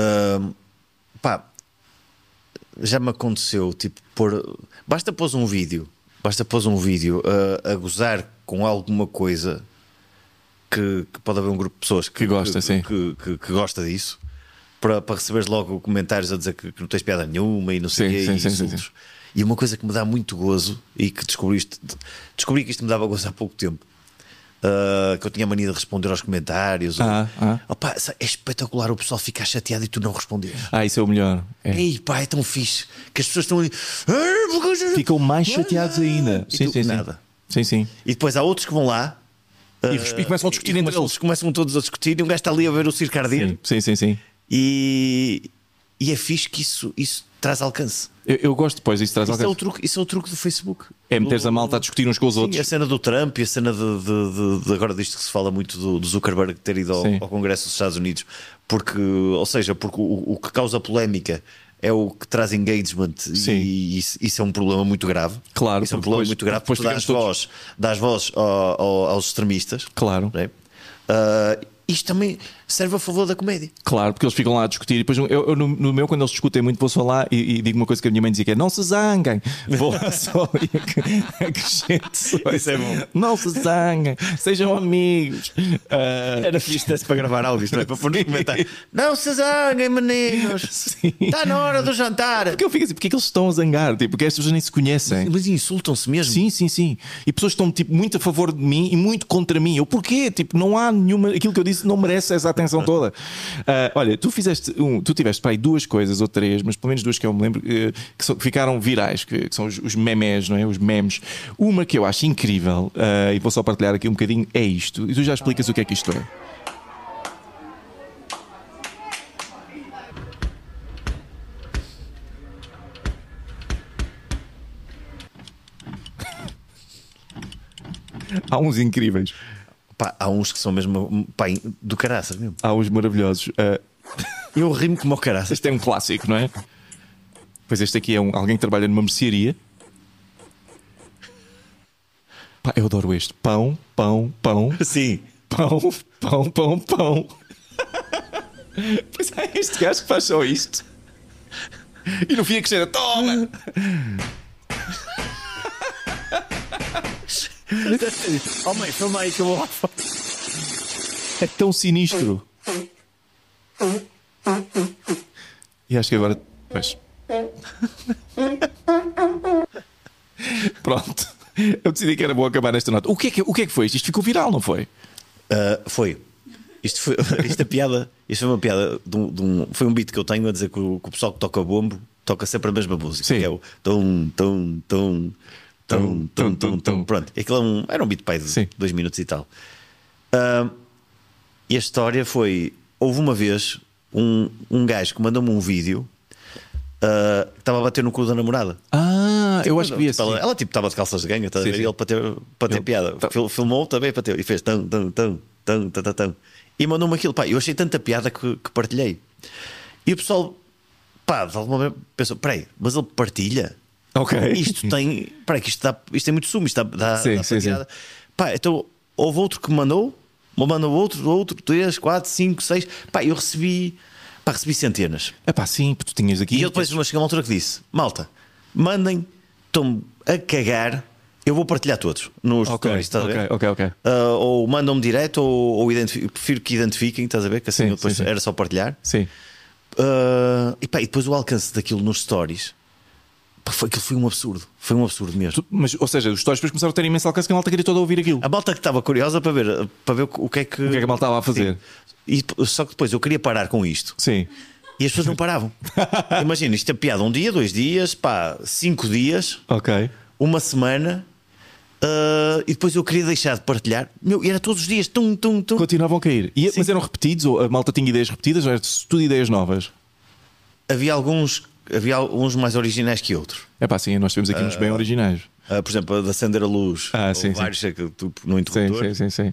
Já me aconteceu, tipo, basta pôs um vídeo a gozar com alguma coisa que pode haver um grupo de pessoas que gosta disso, para receberes logo comentários a dizer que não tens piada nenhuma e não sei o quê. Sim. E uma coisa que me dá muito gozo e que descobri que isto me dava gozo há pouco tempo, que eu tinha a mania de responder aos comentários. Opa, é espetacular o pessoal ficar chateado e tu não responderes. Isso é o melhor. Ei, pá, é tão fixe que as pessoas estão ali, ficam mais chateados ainda. Sim. Sim. E depois há outros que vão lá e começam a discutir entre eles. Começam todos a discutir e um gajo está ali a ver o circo arder. Sim. E é fixe que isso traz alcance. Eu gosto depois disso traz alcance. Isso é o truque do Facebook. É meteres a malta a discutir uns com os outros. A cena do Trump e a cena de agora disto que se fala muito do Zuckerberg ter ido ao Congresso dos Estados Unidos, porque o que causa polémica é o que traz engagement. E isso é um problema muito grave. Claro, isso é um problema muito grave porque dás voz aos extremistas. Claro. Né? Isto também serve a favor da comédia. Claro, porque eles ficam lá a discutir. E depois eu no meu, quando eles discutem muito, vou só lá e digo uma coisa que a minha mãe dizia, que é não se zanguem. Vou lá só e acrescento. Isso é bom. Não se zanguem, sejam amigos. Era fixe para gravar áudios, não é? Para pôr no comentário. Não se zanguem, meninos. Está na hora do jantar. Porque eu fico assim, porque é que eles estão a zangar? Tipo, porque estas pessoas nem se conhecem. Mas insultam-se mesmo. Sim. E pessoas estão tipo, muito a favor de mim e muito contra mim. Eu porquê? Tipo, não há nenhuma. Aquilo que eu disse não merece essa atenção toda. Olha, tu tiveste para aí 2 coisas ou 3, mas pelo menos 2 que eu me lembro que ficaram virais, que são os memes, não é? Os memes. Uma que eu acho incrível, e vou só partilhar aqui um bocadinho, é isto. E tu já explicas o que é que isto é. Há uns incríveis. Pá, há uns que são mesmo do caraças mesmo. Há uns maravilhosos. Eu rimo como o caraças. Este é um clássico, não é? Pois este aqui é alguém que trabalha numa mercearia. Pá, eu adoro este. Pão, pão, pão. Sim. Pão, pão, pão, pão. Pois é este gajo que faz só isto. E no fim a questão era: toma! Oh mãe, filma aí que eu vou lá. É tão sinistro. E acho que agora. Pois. Pronto. Eu decidi que era bom acabar nesta nota. O que é que foi isto? Isto ficou viral, não foi? Foi. Isto foi uma piada foi um beat que eu tenho a dizer que o pessoal que toca bombo toca sempre a mesma música. Sim. Que é o tom, tom, tom, tom, tom, tom, tom. Pronto. Aquilo era um beat pai de 2 minutos e tal. E a história foi: houve uma vez um gajo que mandou-me um vídeo que estava a bater no cu da namorada. Eu acho que vi assim. Ela estava de calças de ganho, e ele para ter piada. Filmou também para ter. E fez tão, tão, tão, tão, tão, tão. E mandou-me aquilo. Pá, eu achei tanta piada que partilhei. E o pessoal, pá, de alguma maneira pensou: peraí, mas ele partilha? Ok. Isto tem. Peraí, que isto é muito sumo. Isto dá sim. Pá, então houve outro que mandou outro, 3, 4, 5, 6. Pá, eu recebi centenas. É pá, sim, porque tu tinhas aqui. E eu depois cheguei a uma altura que disse: malta, mandem, estão a cagar, eu vou partilhar todos nos stories, estás a ver? Ok. Ou mandam-me direto, ou prefiro que identifiquem, estás a ver? Que assim depois era só partilhar. Sim. E depois o alcance daquilo nos stories. Aquilo foi um absurdo. Foi um absurdo mesmo. Mas, ou seja, os stories depois começaram a ter imenso alcance, que a malta queria toda ouvir aquilo. A malta que estava curiosa para ver o que é que a malta estava a fazer. Só que depois eu queria parar com isto. Sim. E as pessoas não paravam. Imagina, isto é piada 1 dia, 2 dias, 5 dias, uma semana. E depois eu queria deixar de partilhar. E era todos os dias. Continuavam a cair. Mas eram repetidos? Ou a malta tinha ideias repetidas? Ou era tudo ideias novas? Havia alguns mais originais que outros. É pá, sim, nós temos aqui uns bem originais. Por exemplo, a de acender a luz. Sim, vários no interruptor. Sim.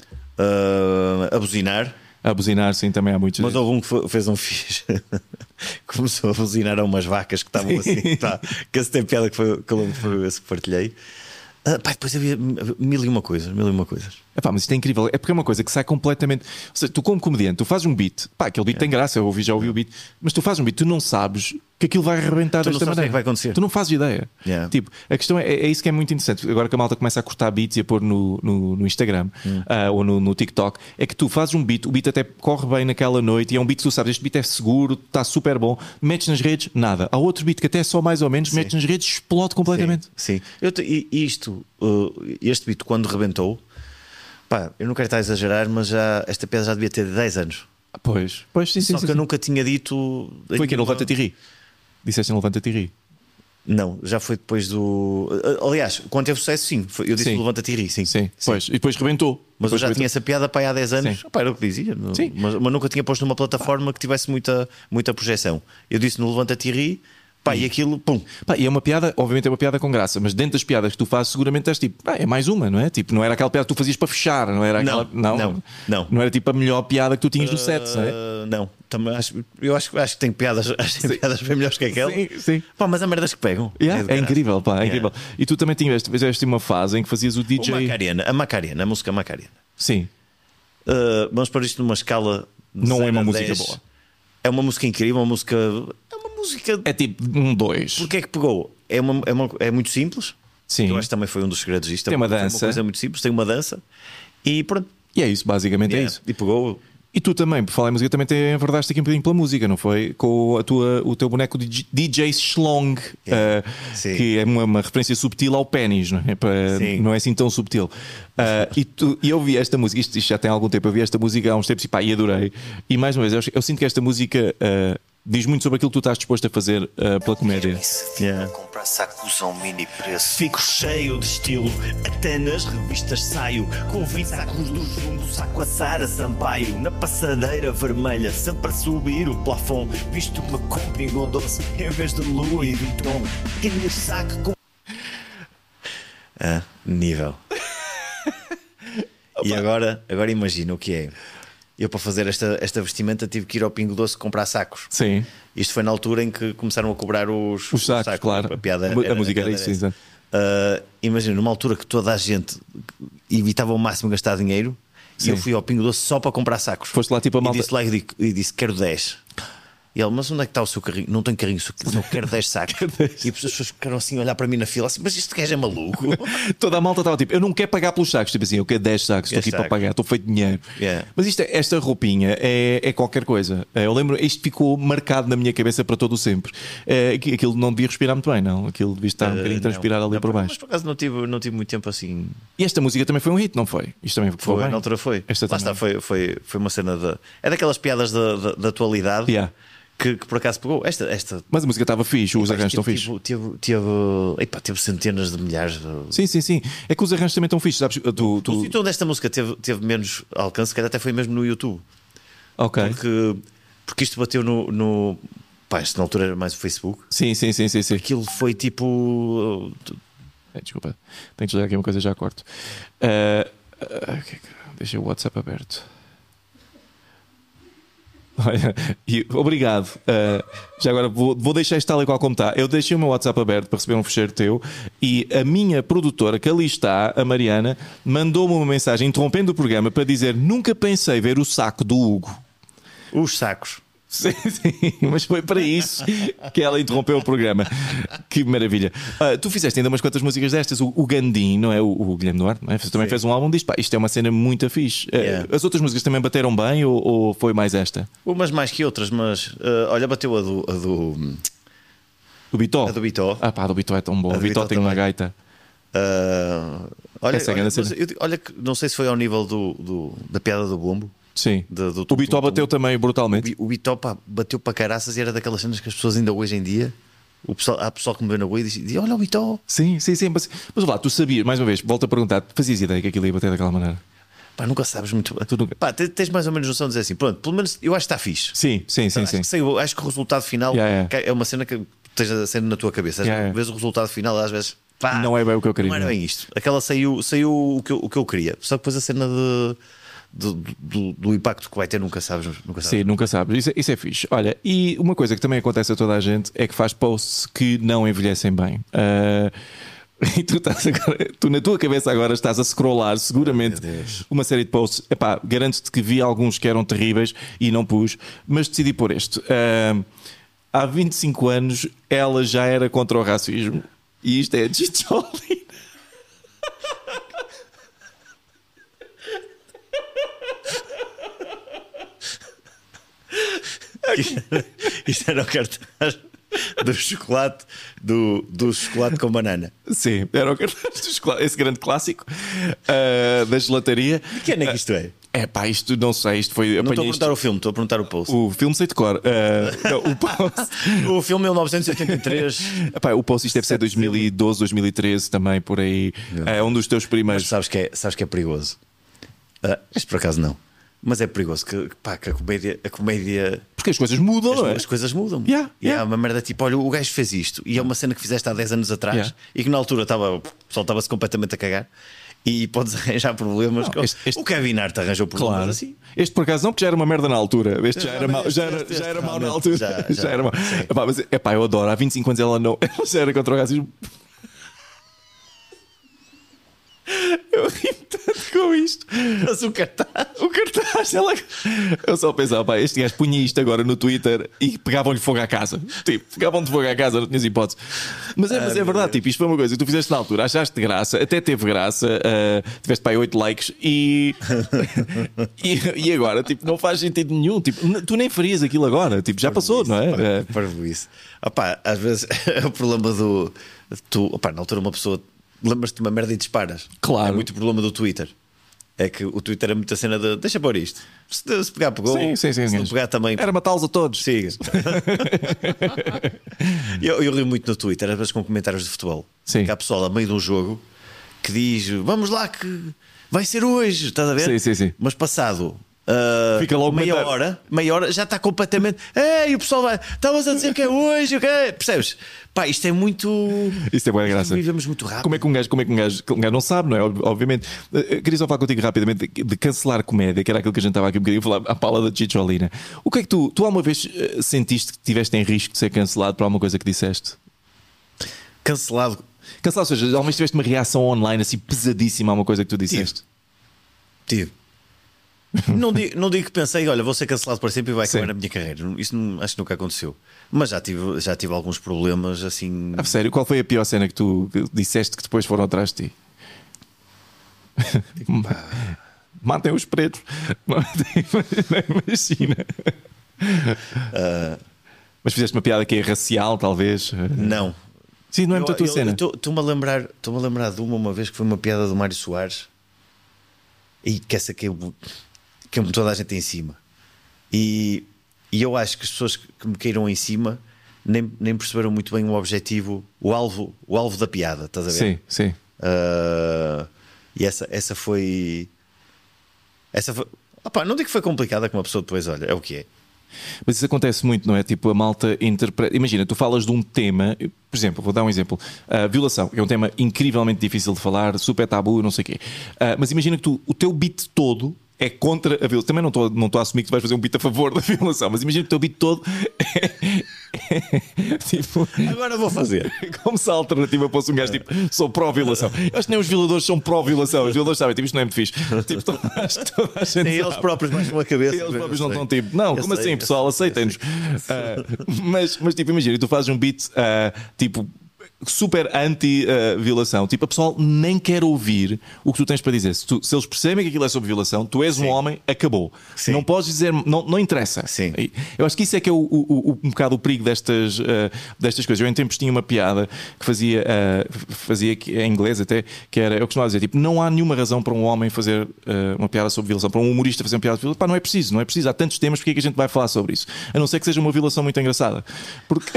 A buzinar. A buzinar, sim, também há muitos. Mas houve um que fez um fixe. Começou a buzinar a umas vacas que estavam assim. Que esse tem piada que foi esse que partilhei. Depois havia mil e uma coisas. Mas isto é incrível. É porque é uma coisa que sai completamente. Ou seja, tu, como comediante, tu fazes um beat. Aquele beat tem graça, eu já ouvi o beat. Mas tu fazes um beat, tu não sabes que aquilo vai arrebentar desta maneira. O que vai acontecer. Tu não fazes ideia. Tipo, a questão é isso que é muito interessante. Agora que a malta começa a cortar beats e a pôr no Instagram ou no TikTok, é que tu fazes um beat, o beat até corre bem naquela noite e é um beat que tu sabes, este beat é seguro, está super bom, metes nas redes, nada. Há outro beat que até é só mais ou menos, metes nas redes, explode completamente. Sim. Este beat, quando rebentou, eu não quero estar a exagerar, mas esta piada já devia ter 10 anos. Pois, sim. Só que eu nunca tinha dito. Foi aqui no Levanta-te e Ri. Disseste no Levanta-te e Ri. Não, já foi depois do. Aliás, quando teve sucesso, sim. Eu disse Levanta-te e Ri, sim. Pois, e depois rebentou. Mas eu já tinha essa piada há 10 anos. Era o que dizia. Mas nunca tinha posto numa plataforma que tivesse muita projeção. Eu disse no Levanta-te e Ri. E aquilo, pum. E é uma piada, obviamente é uma piada com graça, mas dentro das piadas que tu fazes, seguramente és tipo, é mais uma, não é? Tipo, não era aquela piada que tu fazias para fechar, não era aquela. Não era tipo a melhor piada que tu tinhas no set, não é? Não, também acho que tem piadas, piadas bem melhores que aquela. Sim. Mas há merdas que pegam. É incrível, é incrível. E tu também tiveste uma fase em que fazias o DJ. A Macarena, a música Macarena. Sim. Vamos pôr isto numa escala. Não é uma música boa. É uma música incrível, uma música. É tipo 2. Porque é que pegou? É muito simples. Sim. Eu acho que também foi um dos segredos disto. Tem uma dança. É uma coisa muito simples, tem uma dança. E pronto. E é isso, basicamente é isso. E pegou. E tu também, por falar em música, também te enverdaste aqui um bocadinho pela música, não foi? Com o teu boneco de DJ Schlong, que é uma referência subtil ao pênis, não é? Não é assim tão subtil. E eu vi esta música, isto já tem algum tempo, eu vi esta música há uns tempos e adorei. E mais uma vez, eu sinto que esta música diz muito sobre aquilo que tu estás disposto a fazer pela comédia. Comprar sacos a um mini preço. Fico cheio de estilo, até nas revistas saio. Com 20 sacos do Jumbo, saco a Sara Sampaio. Na passadeira vermelha, sempre a subir o plafond. Visto uma compra em Gondoso, em vez de Louis Vuitton. Quem me saca com... Nível. E agora imagina o que é. Eu, para fazer esta vestimenta, tive que ir ao Pingo Doce comprar sacos. Sim. Isto foi na altura em que começaram a cobrar os sacos, claro. A música era isso, exato. Imagina, numa altura que toda a gente evitava ao máximo gastar dinheiro, e eu fui ao Pingo Doce só para comprar sacos. Foste lá tipo a malta. E disse lá e disse: quero 10. E ele: mas onde é que está o seu carrinho? Não tenho carrinho, não quero 10 sacos. E as pessoas ficaram assim a olhar para mim na fila assim: mas este gajo é maluco. Toda a malta estava tipo: eu não quero pagar pelos sacos. Tipo assim, eu quero 10 sacos, estou aqui para pagar, estou feito de dinheiro. Mas esta roupinha é qualquer coisa. Eu lembro, isto ficou marcado na minha cabeça para todo o sempre. Aquilo não devia respirar muito bem, não. Aquilo devia estar um bocadinho transpirar ali por baixo. Mas por acaso não tive muito tempo assim. E esta música também foi um hit, não foi? Isto também foi bem. Na altura foi. Esta lá está, foi uma cena de. É daquelas piadas da atualidade. Que por acaso pegou esta. Mas a música estava fixe, os arranjos estão fixe. Teve centenas de milhares de... Sim. É que os arranjos também estão fixe, sabes? O sítio onde esta música teve menos alcance, se calhar até foi mesmo no YouTube. Ok. Porque isto bateu no. Pá, isto na altura era mais o Facebook. Sim. Aquilo foi tipo. Desculpa, tenho que desligar aqui uma coisa, já corto. Deixa o WhatsApp aberto. Olha, obrigado. Já agora vou deixar isto tal e qual como está. Eu deixei o meu WhatsApp aberto para receber um fecheiro teu e a minha produtora, que ali está, a Mariana, mandou-me uma mensagem interrompendo o programa para dizer: nunca pensei ver o saco do Hugo. Os sacos. Sim, mas foi para isso que ela interrompeu o programa. Que maravilha. Tu fizeste ainda umas quantas músicas destas. O Gandim, não é? O Guilherme Duarte, não é? Também fez um álbum disto. Pá, isto é uma cena muito fixe. As outras músicas também bateram bem ou foi mais esta? Umas mais que outras, mas olha, bateu a do Bitó. A do Bitó. A do Bitó é tão boa. O Bitó tem uma gaita. Olha, que não sei se foi ao nível da piada do bombo. Sim, o Bitó bateu também brutalmente. O Bitó bateu para caraças e era daquelas cenas que as pessoas ainda hoje em dia. Há pessoal que me vê na rua e diz: olha o Bitó. Sim, mas lá, tu sabias, mais uma vez, volto a perguntar: fazias ideia que aquilo ia bater daquela maneira? Pá, nunca sabes muito bem. Pá, tens mais ou menos noção de dizer assim: pronto, pelo menos eu acho que está fixe. Sim. Acho que o resultado final é uma cena que esteja sendo na tua cabeça. Às vezes o resultado final, às vezes, pá, não é bem o que eu queria. Não era bem isto. Aquela saiu o que eu queria. Só que depois a cena do impacto que vai ter, nunca sabes. Sim, nunca sabes. Isso é fixe. Olha, e uma coisa que também acontece a toda a gente é que faz posts que não envelhecem bem. E tu na tua cabeça agora estás a scrollar seguramente uma série de posts. Epá, garanto-te que vi alguns que eram terríveis e não pus, mas decidi pôr este. Há 25 anos ela já era contra o racismo e isto é Gigioli. Isto era o cartaz do chocolate do chocolate com banana. Sim, era o cartaz do chocolate, esse grande clássico da gelataria. De que ano é que isto é? É pá, isto não sei, isto foi. Não estou a perguntar o filme, estou a perguntar o post. O filme sei de cor. O post. O filme 1983. Epá, o post, isto deve ser 2012, 2013 também, por aí. É um dos teus primeiros. Mas sabes que é perigoso. Isto por acaso não. Mas é perigoso que a comédia. Porque as coisas mudam, não é? As coisas mudam. E é uma merda tipo: olha, o gajo fez isto. E é uma cena que fizeste há 10 anos atrás e que na altura o pessoal estava-se completamente a cagar. E podes arranjar problemas. O Kevin Hart arranjou problemas, claro, assim. Este por acaso não, porque já era uma merda na altura. Este já era mau, já era mau na altura. Já era mau. Epá, mas eu adoro. Há 25 anos ela já era contra o racismo. Eu ri tanto com isto. Mas o cartaz eu só pensava: pá, este gajo punha isto agora no Twitter e pegavam-lhe fogo à casa. Tipo, pegavam-te fogo à casa, não tinhas hipótese. Mas é verdade, tipo, isto foi uma coisa que tu fizeste na altura, achaste graça, até teve graça, tiveste para aí 8 likes e agora, tipo, não faz sentido nenhum. Tipo, tu nem farias aquilo agora, tipo, já passou, não é? Para isso. Opá, às vezes é o problema na altura uma pessoa lembras-te de uma merda e disparas. Claro. É muito o problema do Twitter. É que o Twitter é muita cena de deixa pôr isto. Se pegar, pegou. Sim. Se não pegar também. Era matá-los a todos. Siga. eu rio muito no Twitter, às vezes com comentários de futebol. Sim. Que há pessoal a meio de um jogo que diz: vamos lá, que vai ser hoje. Estás a ver? Sim. Mas passado Fica logo meia hora, já está completamente. Ei, o pessoal vai. Estavas a dizer que é hoje, okay? Percebes? Pá, isto é muito. Isto é boa graça. Vivemos muito rápido. Como é que um gajo não sabe, não é? Obviamente. Queria só falar contigo rapidamente de cancelar comédia, que era aquilo que a gente estava aqui um bocadinho a falar, a pala da Chicholina. O que é que tu alguma vez sentiste que estiveste em risco de ser cancelado por alguma coisa que disseste? Cancelado, ou seja, alguma vez tiveste uma reação online assim pesadíssima a uma coisa que tu disseste? Tive. Não digo que pensei, olha, vou ser cancelado para sempre e vai acabar a minha carreira. Isso acho que nunca aconteceu. Mas já tive alguns problemas assim. Sério, qual foi a pior cena que tu disseste que depois foram atrás de ti? Matem os pretos. Imagina. Mas fizeste uma piada que é racial, talvez? Não. Sim, não é muito a tua cena. Estou-me a lembrar de uma vez que foi uma piada do Mário Soares e que essa que toda a gente em cima. E eu acho que as pessoas que me queiram em cima nem perceberam muito bem o objetivo, o alvo da piada, estás a ver? Sim. E essa foi. Opá, não digo que foi complicada, que uma pessoa depois olha, é o que é. Mas isso acontece muito, não é? Tipo, a malta interpreta. Imagina, tu falas de um tema, por exemplo, vou dar um exemplo: violação, que é um tema incrivelmente difícil de falar, super tabu, não sei o quê. Mas imagina que o teu beat todo é contra a violação. Também não estou a assumir que tu vais fazer um beat a favor da violação, mas imagina que o teu beat todo tipo, agora vou fazer. Como se a alternativa fosse um gajo tipo, sou pró-violação. Eu acho que nem os violadores são pró-violação. Os violadores sabem, tipo, isto não é muito fixe. Tipo, toda a gente nem eles próprios baixam a cabeça. Eles próprios não estão tipo, não, como assim, pessoal, aceitem-nos. Mas tipo, imagina, tu fazes um beat tipo super anti-violação. Tipo, a pessoal nem quer ouvir o que tu tens para dizer. Se eles percebem que aquilo é sobre violação, tu és um homem, acabou. Sim. Não podes dizer, não interessa. Sim. Eu acho que isso é que é um bocado o perigo destas coisas. Eu em tempos tinha uma piada que fazia em inglês até, que era, eu costumava dizer, tipo, não há nenhuma razão para um homem fazer uma piada sobre violação, para um humorista fazer uma piada sobre violação. Pá, não é preciso. Há tantos temas, porque é que a gente vai falar sobre isso? A não ser que seja uma violação muito engraçada. Porque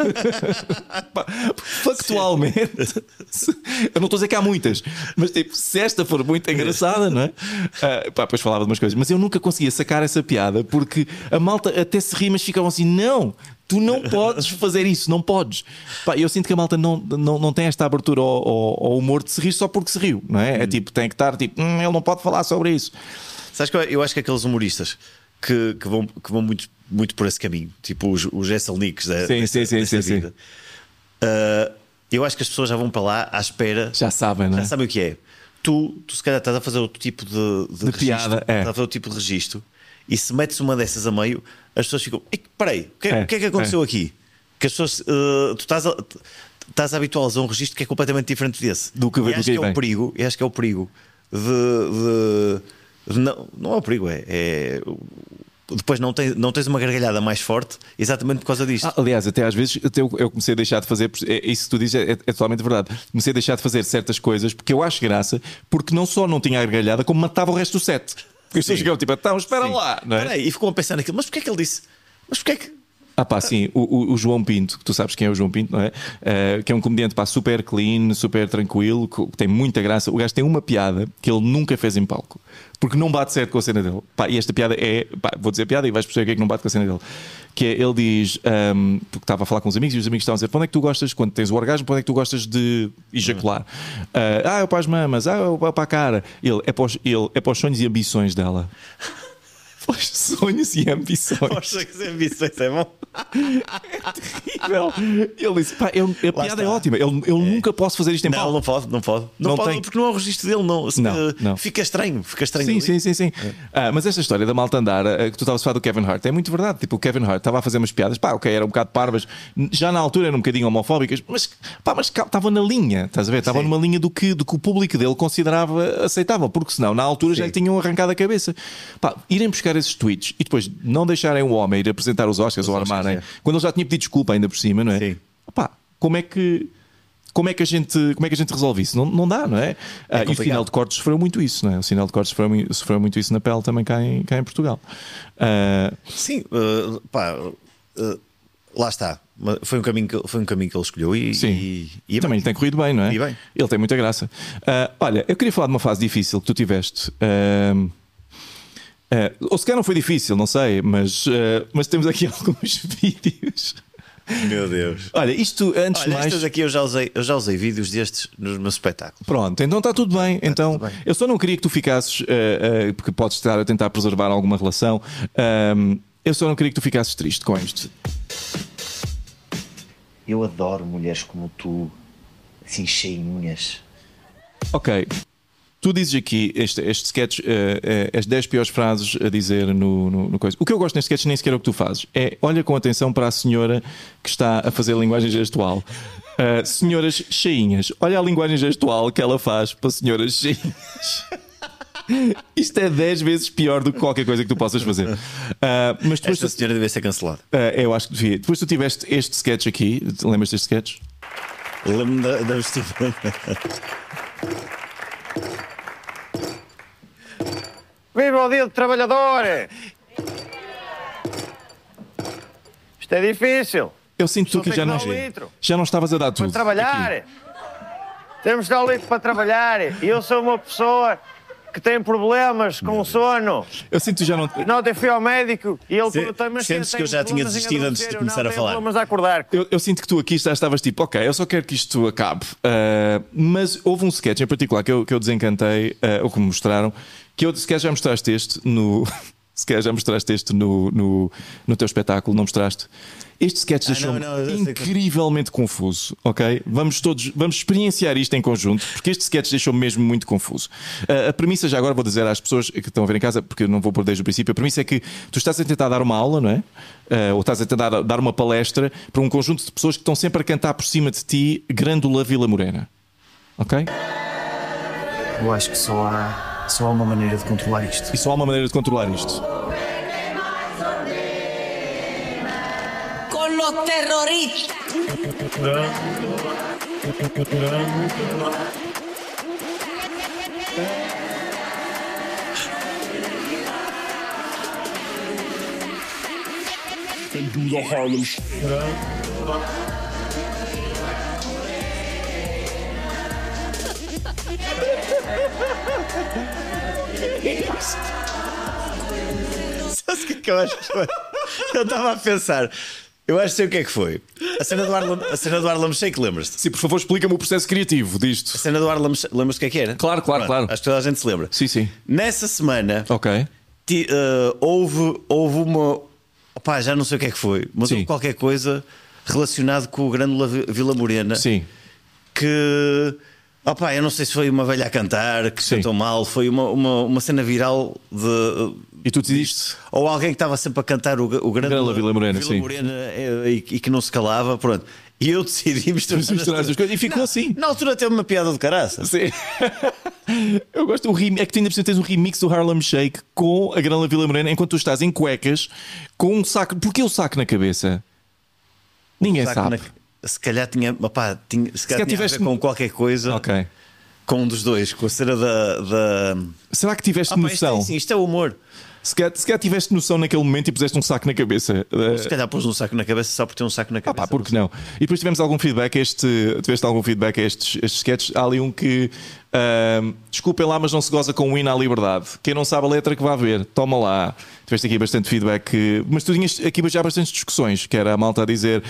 factualmente, eu não estou a dizer que há muitas, mas tipo, se esta for muito engraçada, não é? Depois falava de umas coisas, mas eu nunca conseguia sacar essa piada porque a malta até se ri, mas ficavam assim, não. Tu não podes fazer isso, não podes. Eu sinto que a malta não tem esta abertura ao humor de se rir só porque se riu, não é? É tipo, tem que estar tipo, ele não pode falar sobre isso. Sabes que eu acho que aqueles humoristas que vão muito por esse caminho, tipo os Esselnicks dessa vida. Eu acho que as pessoas já vão para lá à espera. Já sabem, não é? Já sabem o que é. Tu se calhar estás a fazer outro tipo de registro, piada. Estás a fazer outro tipo de registro. E se metes uma dessas a meio, as pessoas ficam, peraí, o que é que aconteceu aqui? Que as pessoas, tu estás habituado a um registro que é completamente diferente desse. Do que acho que é o perigo. Eu acho que é o perigo não é o perigo, depois não tens uma gargalhada mais forte exatamente por causa disto. Aliás, até às vezes eu comecei a deixar de fazer. Isso que tu dizes é totalmente verdade. Comecei a deixar de fazer certas coisas porque eu acho graça, porque não só não tinha a gargalhada, como matava o resto do set. Porque as pessoas chegavam tipo, então espera lá, não é? Peraí, e ficam a pensar naquilo, mas porquê é que ele disse? Mas porquê é que. Sim, o João Pinto, que tu sabes quem é o João Pinto, não é? Que é um comediante super clean, super tranquilo, que tem muita graça. O gajo tem uma piada que ele nunca fez em palco, porque não bate certo com a cena dele. E esta piada vou dizer a piada e vais perceber o que é que não bate com a cena dele. Que é, ele diz, porque estava a falar com os amigos e os amigos estavam a dizer, para onde é que tu gostas, quando tens o orgasmo, para onde é que tu gostas de ejacular? É para as mamas, é para a cara. Ele é para os sonhos e ambições dela. Os sonhos e ambições. Os sonhos e ambições é bom. É terrível. Ele disse, a piada é ótima. Eu nunca posso fazer isto em palco. Não pode, porque não é o registro dele. Não. Fica estranho. Sim. Mas esta história da malta andar, que tu estavas a falar do Kevin Hart, é muito verdade. Tipo, o Kevin Hart estava a fazer umas piadas, eram um bocado parvas, já na altura eram um bocadinho homofóbicas, mas estava na linha, estás a ver? Estava numa linha do que o público dele considerava aceitável, porque senão na altura já lhe tinham arrancado a cabeça. Irem buscar esses tweets e depois não deixarem o homem ir apresentar os Oscars ou armarem, quando ele já tinha pedido desculpa ainda por cima, não é? Sim. Como é que a gente resolve isso? Não dá, não é? E o sinal de cortes sofreu muito isso, não é? O sinal de cortes sofreu muito isso na pele também cá em Portugal. Sim, lá está. Foi um caminho que ele escolheu e também lhe tem corrido bem, não é? E bem. Ele tem muita graça. Olha, eu queria falar de uma fase difícil que tu tiveste. Ou se calhar não foi difícil, não sei, mas temos aqui alguns vídeos. Meu Deus. Olha, isto antes de mais. Estas aqui eu já usei vídeos destes nos meus espetáculos. Pronto, então está tudo bem. Tudo bem. Eu só não queria que tu ficasses, porque podes estar a tentar preservar alguma relação. Eu só não queria que tu ficasses triste com isto. Eu adoro mulheres como tu, assim cheinhas. Ok. Tu dizes aqui este sketch, as 10 piores frases a dizer no coisa. O que eu gosto neste sketch nem sequer é o que tu fazes. Olha com atenção para a senhora que está a fazer a linguagem gestual. Senhoras cheinhas. Olha a linguagem gestual que ela faz para senhoras cheinhas. Isto é 10 vezes pior do que qualquer coisa que tu possas fazer. Mas depois esta senhora deve ser cancelada. Eu acho que devia. Depois tu tiveste este sketch aqui. Lembras deste sketch? Lembro-me da vestimenta. Viva o dia do trabalhador! Isto é difícil. Eu sinto tu que já não estavas a dar tudo. Para trabalhar. Aqui. Temos de dar o litro para trabalhar. E eu sou uma pessoa que tem problemas com o sono. Eu sinto que já não. Não, eu fui ao médico e ele perguntou-me. Sentes que eu já tinha desistido antes de começar a falar. Problemas a acordar. Eu sinto que tu aqui já estavas tipo, ok, eu só quero que isto acabe. Mas houve um sketch em particular que eu desencantei, ou que me mostraram. Que eu, se calhar já mostraste este no. Se calhar já mostraste este no teu espetáculo, não mostraste? Este sketch deixou-me incrivelmente confuso, ok? Vamos experienciar isto em conjunto, porque este sketch deixou-me mesmo muito confuso. A premissa, já agora vou dizer às pessoas que estão a ver em casa, porque eu não vou pôr desde o princípio, a premissa é que tu estás a tentar dar uma aula, não é? Ou estás a tentar dar uma palestra para um conjunto de pessoas que estão sempre a cantar por cima de ti Grândola Vila Morena, ok? Eu acho que só há uma maneira de controlar isto. E só há uma maneira de controlar isto. Com los terroristas. And do the Harlem Sabes o que eu acho que foi? Eu estava a pensar. Eu acho que sei o que é que foi. A cena do Harlem Shake, lembras-te? Sim, por favor, explica-me o processo criativo disto. A cena do Harlem Shake, lembras-te o que é que era? Claro. Acho que toda a gente se lembra. Sim. Nessa semana, ok. Houve uma. Opá, já não sei o que é que foi, mas houve qualquer coisa relacionado com o Grândola Vila Morena. Sim. Que. Opá, eu não sei se foi uma velha a cantar que cantou mal, foi uma cena viral de. E tu decidiste? Ou alguém que estava sempre a cantar o Grândola Vila Morena, e que não se calava, pronto. E eu decidi misturar as coisas. E ficou assim. Na altura teve uma piada de caraça. Sim. Eu gosto é que tu ainda tens um remix do Harlem Shake com a Grândola Vila Morena enquanto tu estás em cuecas com um saco. Porquê o saco na cabeça? Ninguém sabe. Se calhar tinha se calhar tinha a ver com qualquer coisa. Ok. Com um dos dois, com a cena da... Será que tiveste noção? Isto é o humor. Se calhar tiveste noção naquele momento e puseste um saco na cabeça. Se calhar pôs um saco na cabeça só por ter um saco na cabeça. Porque não? E depois tivemos algum feedback tiveste algum feedback a estes sketches? Há ali um que desculpem lá, mas não se goza com o hino à liberdade. Quem não sabe a letra que vá ver, toma lá. Tiveste aqui bastante feedback, mas tu tinhas aqui já bastantes discussões, que era a malta a dizer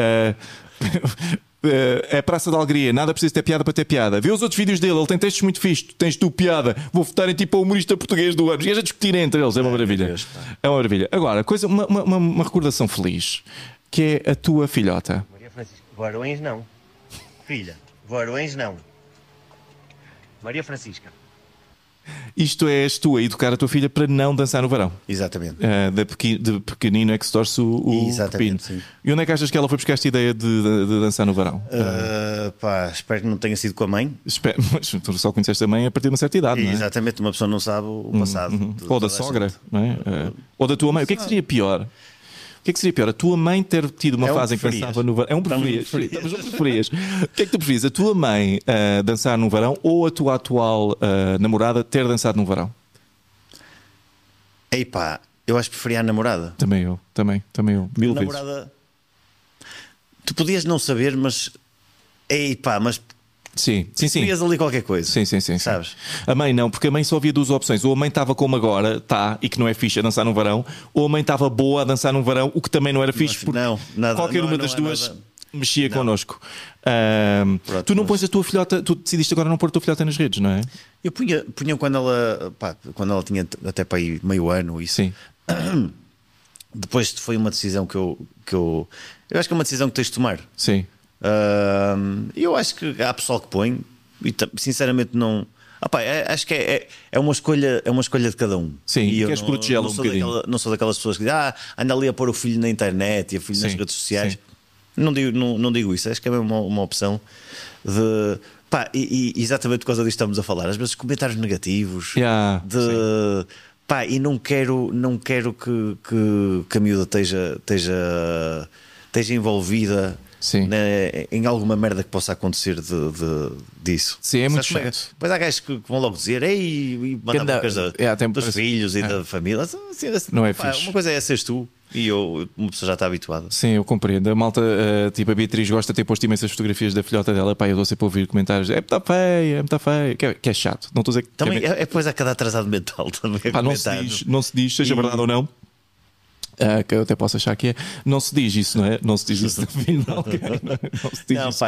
é a Praça da Alegria, nada precisa ter piada para ter piada. Vê os outros vídeos dele, ele tem textos muito fixos. Tens tu piada, vou votar em tipo o humorista português do ano. Os gajos a discutir entre eles, é uma maravilha. Deus, é uma maravilha. Agora, uma recordação feliz, que é a tua filhota. Maria Francisca, varões não. Filha, varões não. Maria Francisca. Isto és tu a educar a tua filha para não dançar no verão. Exatamente. De pequenino é que se torce o pepino. Sim. E onde é que achas que ela foi buscar esta ideia de dançar no verão? Espero que não tenha sido com a mãe. Mas tu só conheceste a mãe a partir de uma certa idade, não é? Exatamente, uma pessoa não sabe o passado. Ou da sogra, não é? Ou da tua mãe. O que é que seria pior? O que é que seria pior? A tua mãe ter tido uma fase em que dançava no verão? É um preferias. O que é que tu preferias? A tua mãe dançar no verão ou a tua atual namorada ter dançado no verão? Eipá, eu acho que preferia a namorada. Também eu. Mil vezes. Tu podias não saber, mas Sim. Querias ali qualquer coisa. Sim. Sabes? A mãe não, porque a mãe só havia duas opções. Ou a mãe estava como agora, e que não é fixe a dançar no verão, ou a mãe estava boa a dançar no verão, o que também não era fixe, porque qualquer uma das duas mexia connosco. Pronto, tu não pões a tua filhota, tu decidiste agora não pôr a tua filhota nas redes, não é? Eu punha quando ela tinha até para aí meio ano. Isso. Sim. Depois foi uma decisão que eu acho que é uma decisão que tens de tomar. Sim. Eu acho que há pessoal que põe e sinceramente não. Acho que é uma escolha de cada um. Sim, e queres protegê-la um bocadinho. Não sou daquelas pessoas que dizem anda ali a pôr o filho na internet e o filho nas redes sociais. Não digo isso, acho que é uma opção de. E exatamente por causa disto estamos a falar. Às vezes comentários negativos e não quero que a miúda esteja envolvida em alguma merda que possa acontecer disso. Sim, é muito chato. Depois há gajos que vão logo dizer e mandar dos filhos e da família. Não é fixe. Uma coisa é seres tu. E uma pessoa já está habituada. Sim, eu compreendo. A malta, tipo a Beatriz, gosta de ter posto imensas fotografias da filhota dela. Eu dou sempre a ouvir comentários: é muito feia, que é chato. Não estou a dizer que também depois há cada atrasado mental também. Não se diz, seja verdade ou não. Que eu até posso achar que é. Não se diz isso, não é? Não se diz isso no filho de alguém. Não se diz isso.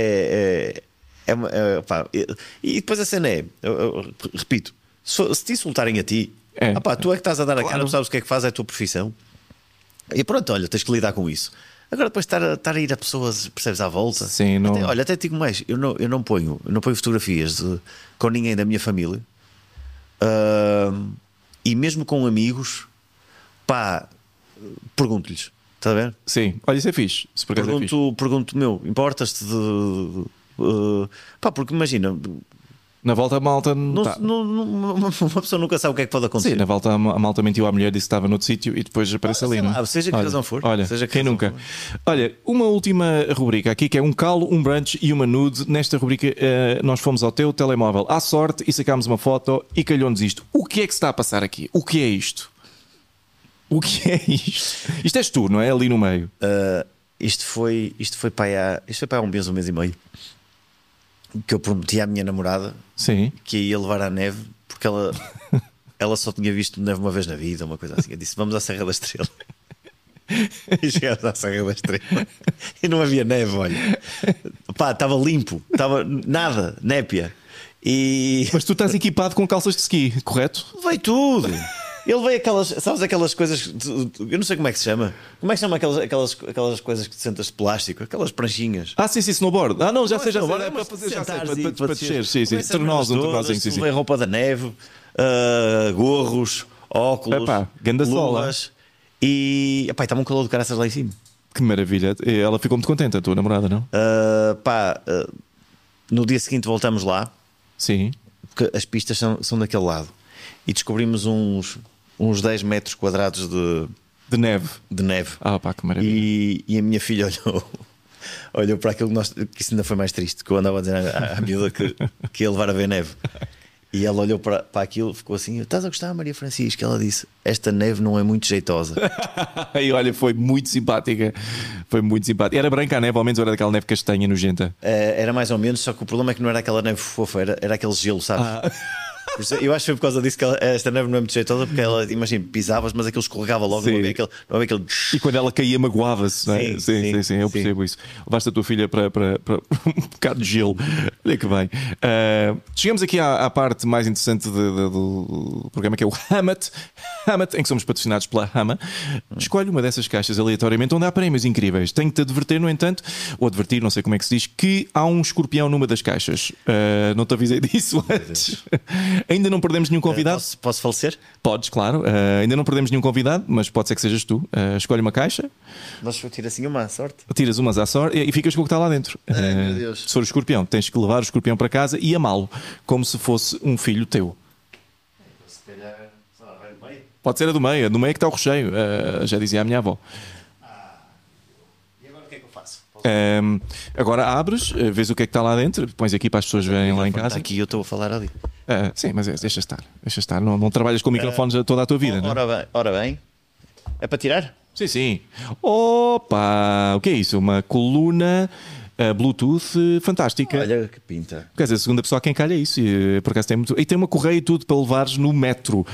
E depois a cena eu repito: se te insultarem a ti, tu é que estás a dar a cara, não sabes o que é que faz, é a tua profissão. E pronto, olha, tens que lidar com isso. Agora depois estar a ir a pessoas, percebes, à volta. Sim, não... Até digo mais, eu não ponho fotografias com ninguém da minha família. E mesmo com amigos, pergunto-lhes, está a ver? Sim, olha, isso é fixe. Pergunto, importas-te de... porque imagina... Na volta a malta uma pessoa nunca sabe o que é que pode acontecer. Sim, na volta a malta mentiu à mulher, disse que estava noutro sítio e depois aparece ali. Seja que razão for. Olha, quem nunca. Olha, uma última rubrica aqui que é um calo, um brunch e uma nude. Nesta rubrica nós fomos ao teu telemóvel à sorte e sacámos uma foto e calhou-nos isto. O que é que se está a passar aqui? O que é isto? O que é isto? Isto és tu, não é? Ali no meio. Isto foi para há um mês e meio. Que eu prometi à minha namorada que ia levar à neve, porque ela só tinha visto neve uma vez na vida, uma coisa assim. Eu disse: vamos à Serra da Estrela. E chegámos à Serra da Estrela e não havia neve, olha. Estava limpo, estava nada, népia. Mas tu estás equipado com calças de ski, correto? Veio tudo. Ele veio aquelas coisas. Eu não sei como é que se chama. Como é que se chama aquelas coisas que te sentas de plástico? Aquelas pranchinhas. Sim, snowboard. Não, já sei. É para fazer, já sei. Para descer. Sim. Tornozinho. Sim. Veio roupa da neve, gorros, óculos, luvas. E estava um calor do caraças lá em cima. Que maravilha. Ela ficou muito contente, a tua namorada, não? No dia seguinte voltamos lá. Sim. Porque as pistas são daquele lado. E descobrimos uns 10 metros quadrados de neve. Que maravilha. E a minha filha olhou para aquilo que isso ainda foi mais triste, que eu andava a dizer à miúda que ia levar a ver neve. E ela olhou para aquilo, ficou assim: estás a gostar, Maria Francisca? Ela disse: esta neve não é muito jeitosa. E olha, foi muito simpática. Era branca a neve, ao menos, ou era daquela neve castanha nojenta? Era mais ou menos, só que o problema é que não era aquela neve fofa, era aquele gelo, sabes? Eu acho que foi por causa disso que esta neve não é muito jeitosa, porque ela, imagina, pisavas, mas aquilo escorregava logo. Não havia aquele... E quando ela caía, magoava-se, não é? Sim, eu percebo isso. Levaste a tua filha para um bocado de gelo. Olha que bem. Chegamos aqui à parte mais interessante do programa, que é o Hammett, em que somos patrocinados pela Hama. Escolhe uma dessas caixas aleatoriamente onde há prémios incríveis. Tenho-te a advertir, no entanto, ou advertir, não sei como é que se diz, que há um escorpião numa das caixas. Não te avisei disso antes. Ainda não perdemos nenhum convidado. Posso falecer? Podes, claro. Ainda não perdemos nenhum convidado, mas pode ser que sejas tu. Escolhe uma caixa. Mas eu tiro assim uma à sorte. Tiras umas à sorte e ficas com o que está lá dentro. Meu Deus. Se for o escorpião, tens que levar o escorpião para casa e amá-lo como se fosse um filho teu. Se calhar, vai do meio. Pode ser a do meio. No meio é que está o recheio. Já dizia a minha avó. E agora o que é que eu faço? Agora abres, vês o que é que está lá dentro, pões aqui para as pessoas verem lá em casa. Aqui eu estou a falar ali. Sim, mas deixa estar. Não trabalhas com microfones toda a tua vida, não? Ora bem. É para tirar? Sim. Opa! O que é isso? Uma coluna Bluetooth fantástica. Olha que pinta. Quer dizer, a segunda pessoa a quem calha isso. E, por acaso tem muito. E tem uma correia e tudo para levares no metro.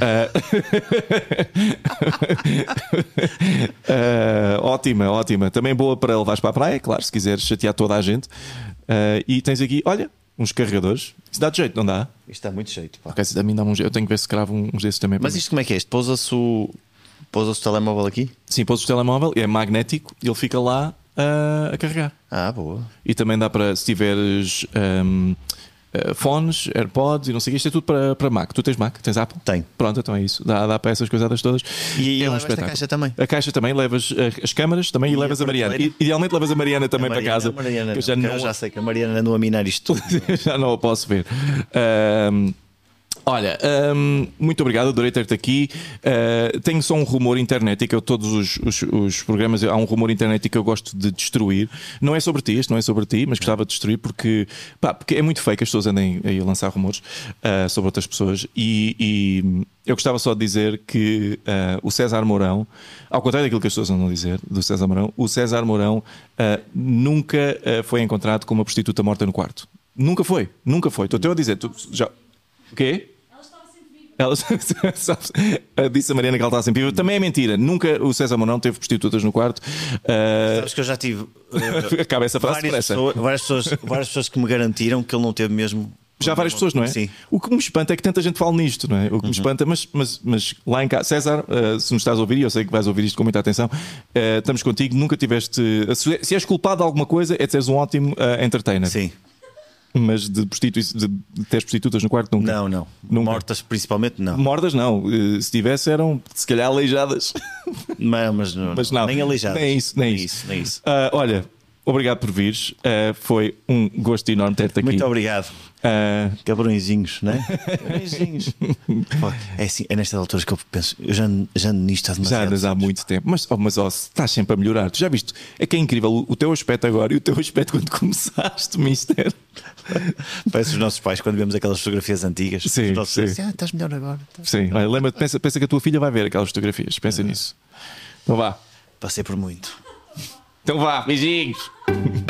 Ótima. Também boa para levares para a praia, claro, se quiseres chatear toda a gente. E tens aqui, olha, uns carregadores. Isso dá de jeito, não dá? Isto dá muito jeito, pá. Okay, a mim dá um jeito. Eu tenho que ver se cravo uns desses também. Mas isto como é que é? Isto pousa-se o telemóvel aqui? Sim, pousa o telemóvel, é magnético e ele fica lá a carregar. Boa. E também dá para, se tiveres fones, AirPods e não sei o que, isto é tudo para Mac. Tu tens Mac? Tens Apple? Tenho. Pronto, então é isso. Dá para essas coisadas todas. E é um espetáculo. A caixa também? A caixa também, levas as câmaras também e levas a Mariana. Idealmente levas a Mariana também para casa. Eu já sei que a Mariana andou a minar isto tudo. Já não a posso ver. Olha, muito obrigado, adorei ter-te aqui. Tenho só um rumor internet, que eu todos os programas há um rumor internet que eu gosto de destruir. Não é sobre ti, este não é sobre ti, mas gostava de destruir porque é muito feio que as pessoas andem aí a lançar rumores sobre outras pessoas. E eu gostava só de dizer que o César Mourão, ao contrário daquilo que as pessoas andam a dizer do César Mourão, o César Mourão nunca foi encontrado com uma prostituta morta no quarto. Nunca foi. Estou a dizer, o quê? Ela disse a Mariana que ela está sempre viva. Também é mentira. Nunca o César Mourão teve prostitutas no quarto. Sabes que eu já tive acaba essa frase várias pessoas que me garantiram que ele não teve mesmo. Já várias pessoas, não é? Sim. O que me espanta é que tanta gente fala nisto, não é? O que me espanta, mas lá em casa, César, se nos estás a ouvir, e eu sei que vais ouvir isto com muita atenção, estamos contigo. Nunca tiveste. Se és culpado de alguma coisa, é de seres um ótimo entertainer. Sim. Mas de teres prostitutas no quarto nunca? Não. Nunca. Mortas principalmente não. Mortas não. Se tivesse eram se calhar aleijadas. Mas não. Nem aleijadas. Nem isso. Olha, obrigado por vires. Foi um gosto enorme ter-te aqui. Muito obrigado. Cabrõezinhos, não é? Cabrõezinhos. É assim, é nestas alturas que eu penso. Eu já ando nisto há demasiado. Já andas há muito tempo. Mas estás sempre a melhorar. Tu já viste? É que é incrível o teu aspecto agora e o teu aspecto quando começaste, mister. Parece os nossos pais quando vemos aquelas fotografias antigas. Sim, sim. Estás melhor agora. Sim, olha, lembra-te, pensa que a tua filha vai ver aquelas fotografias. Pensa nisso. Então vá. Passei por muito. Então vá, beijinhos.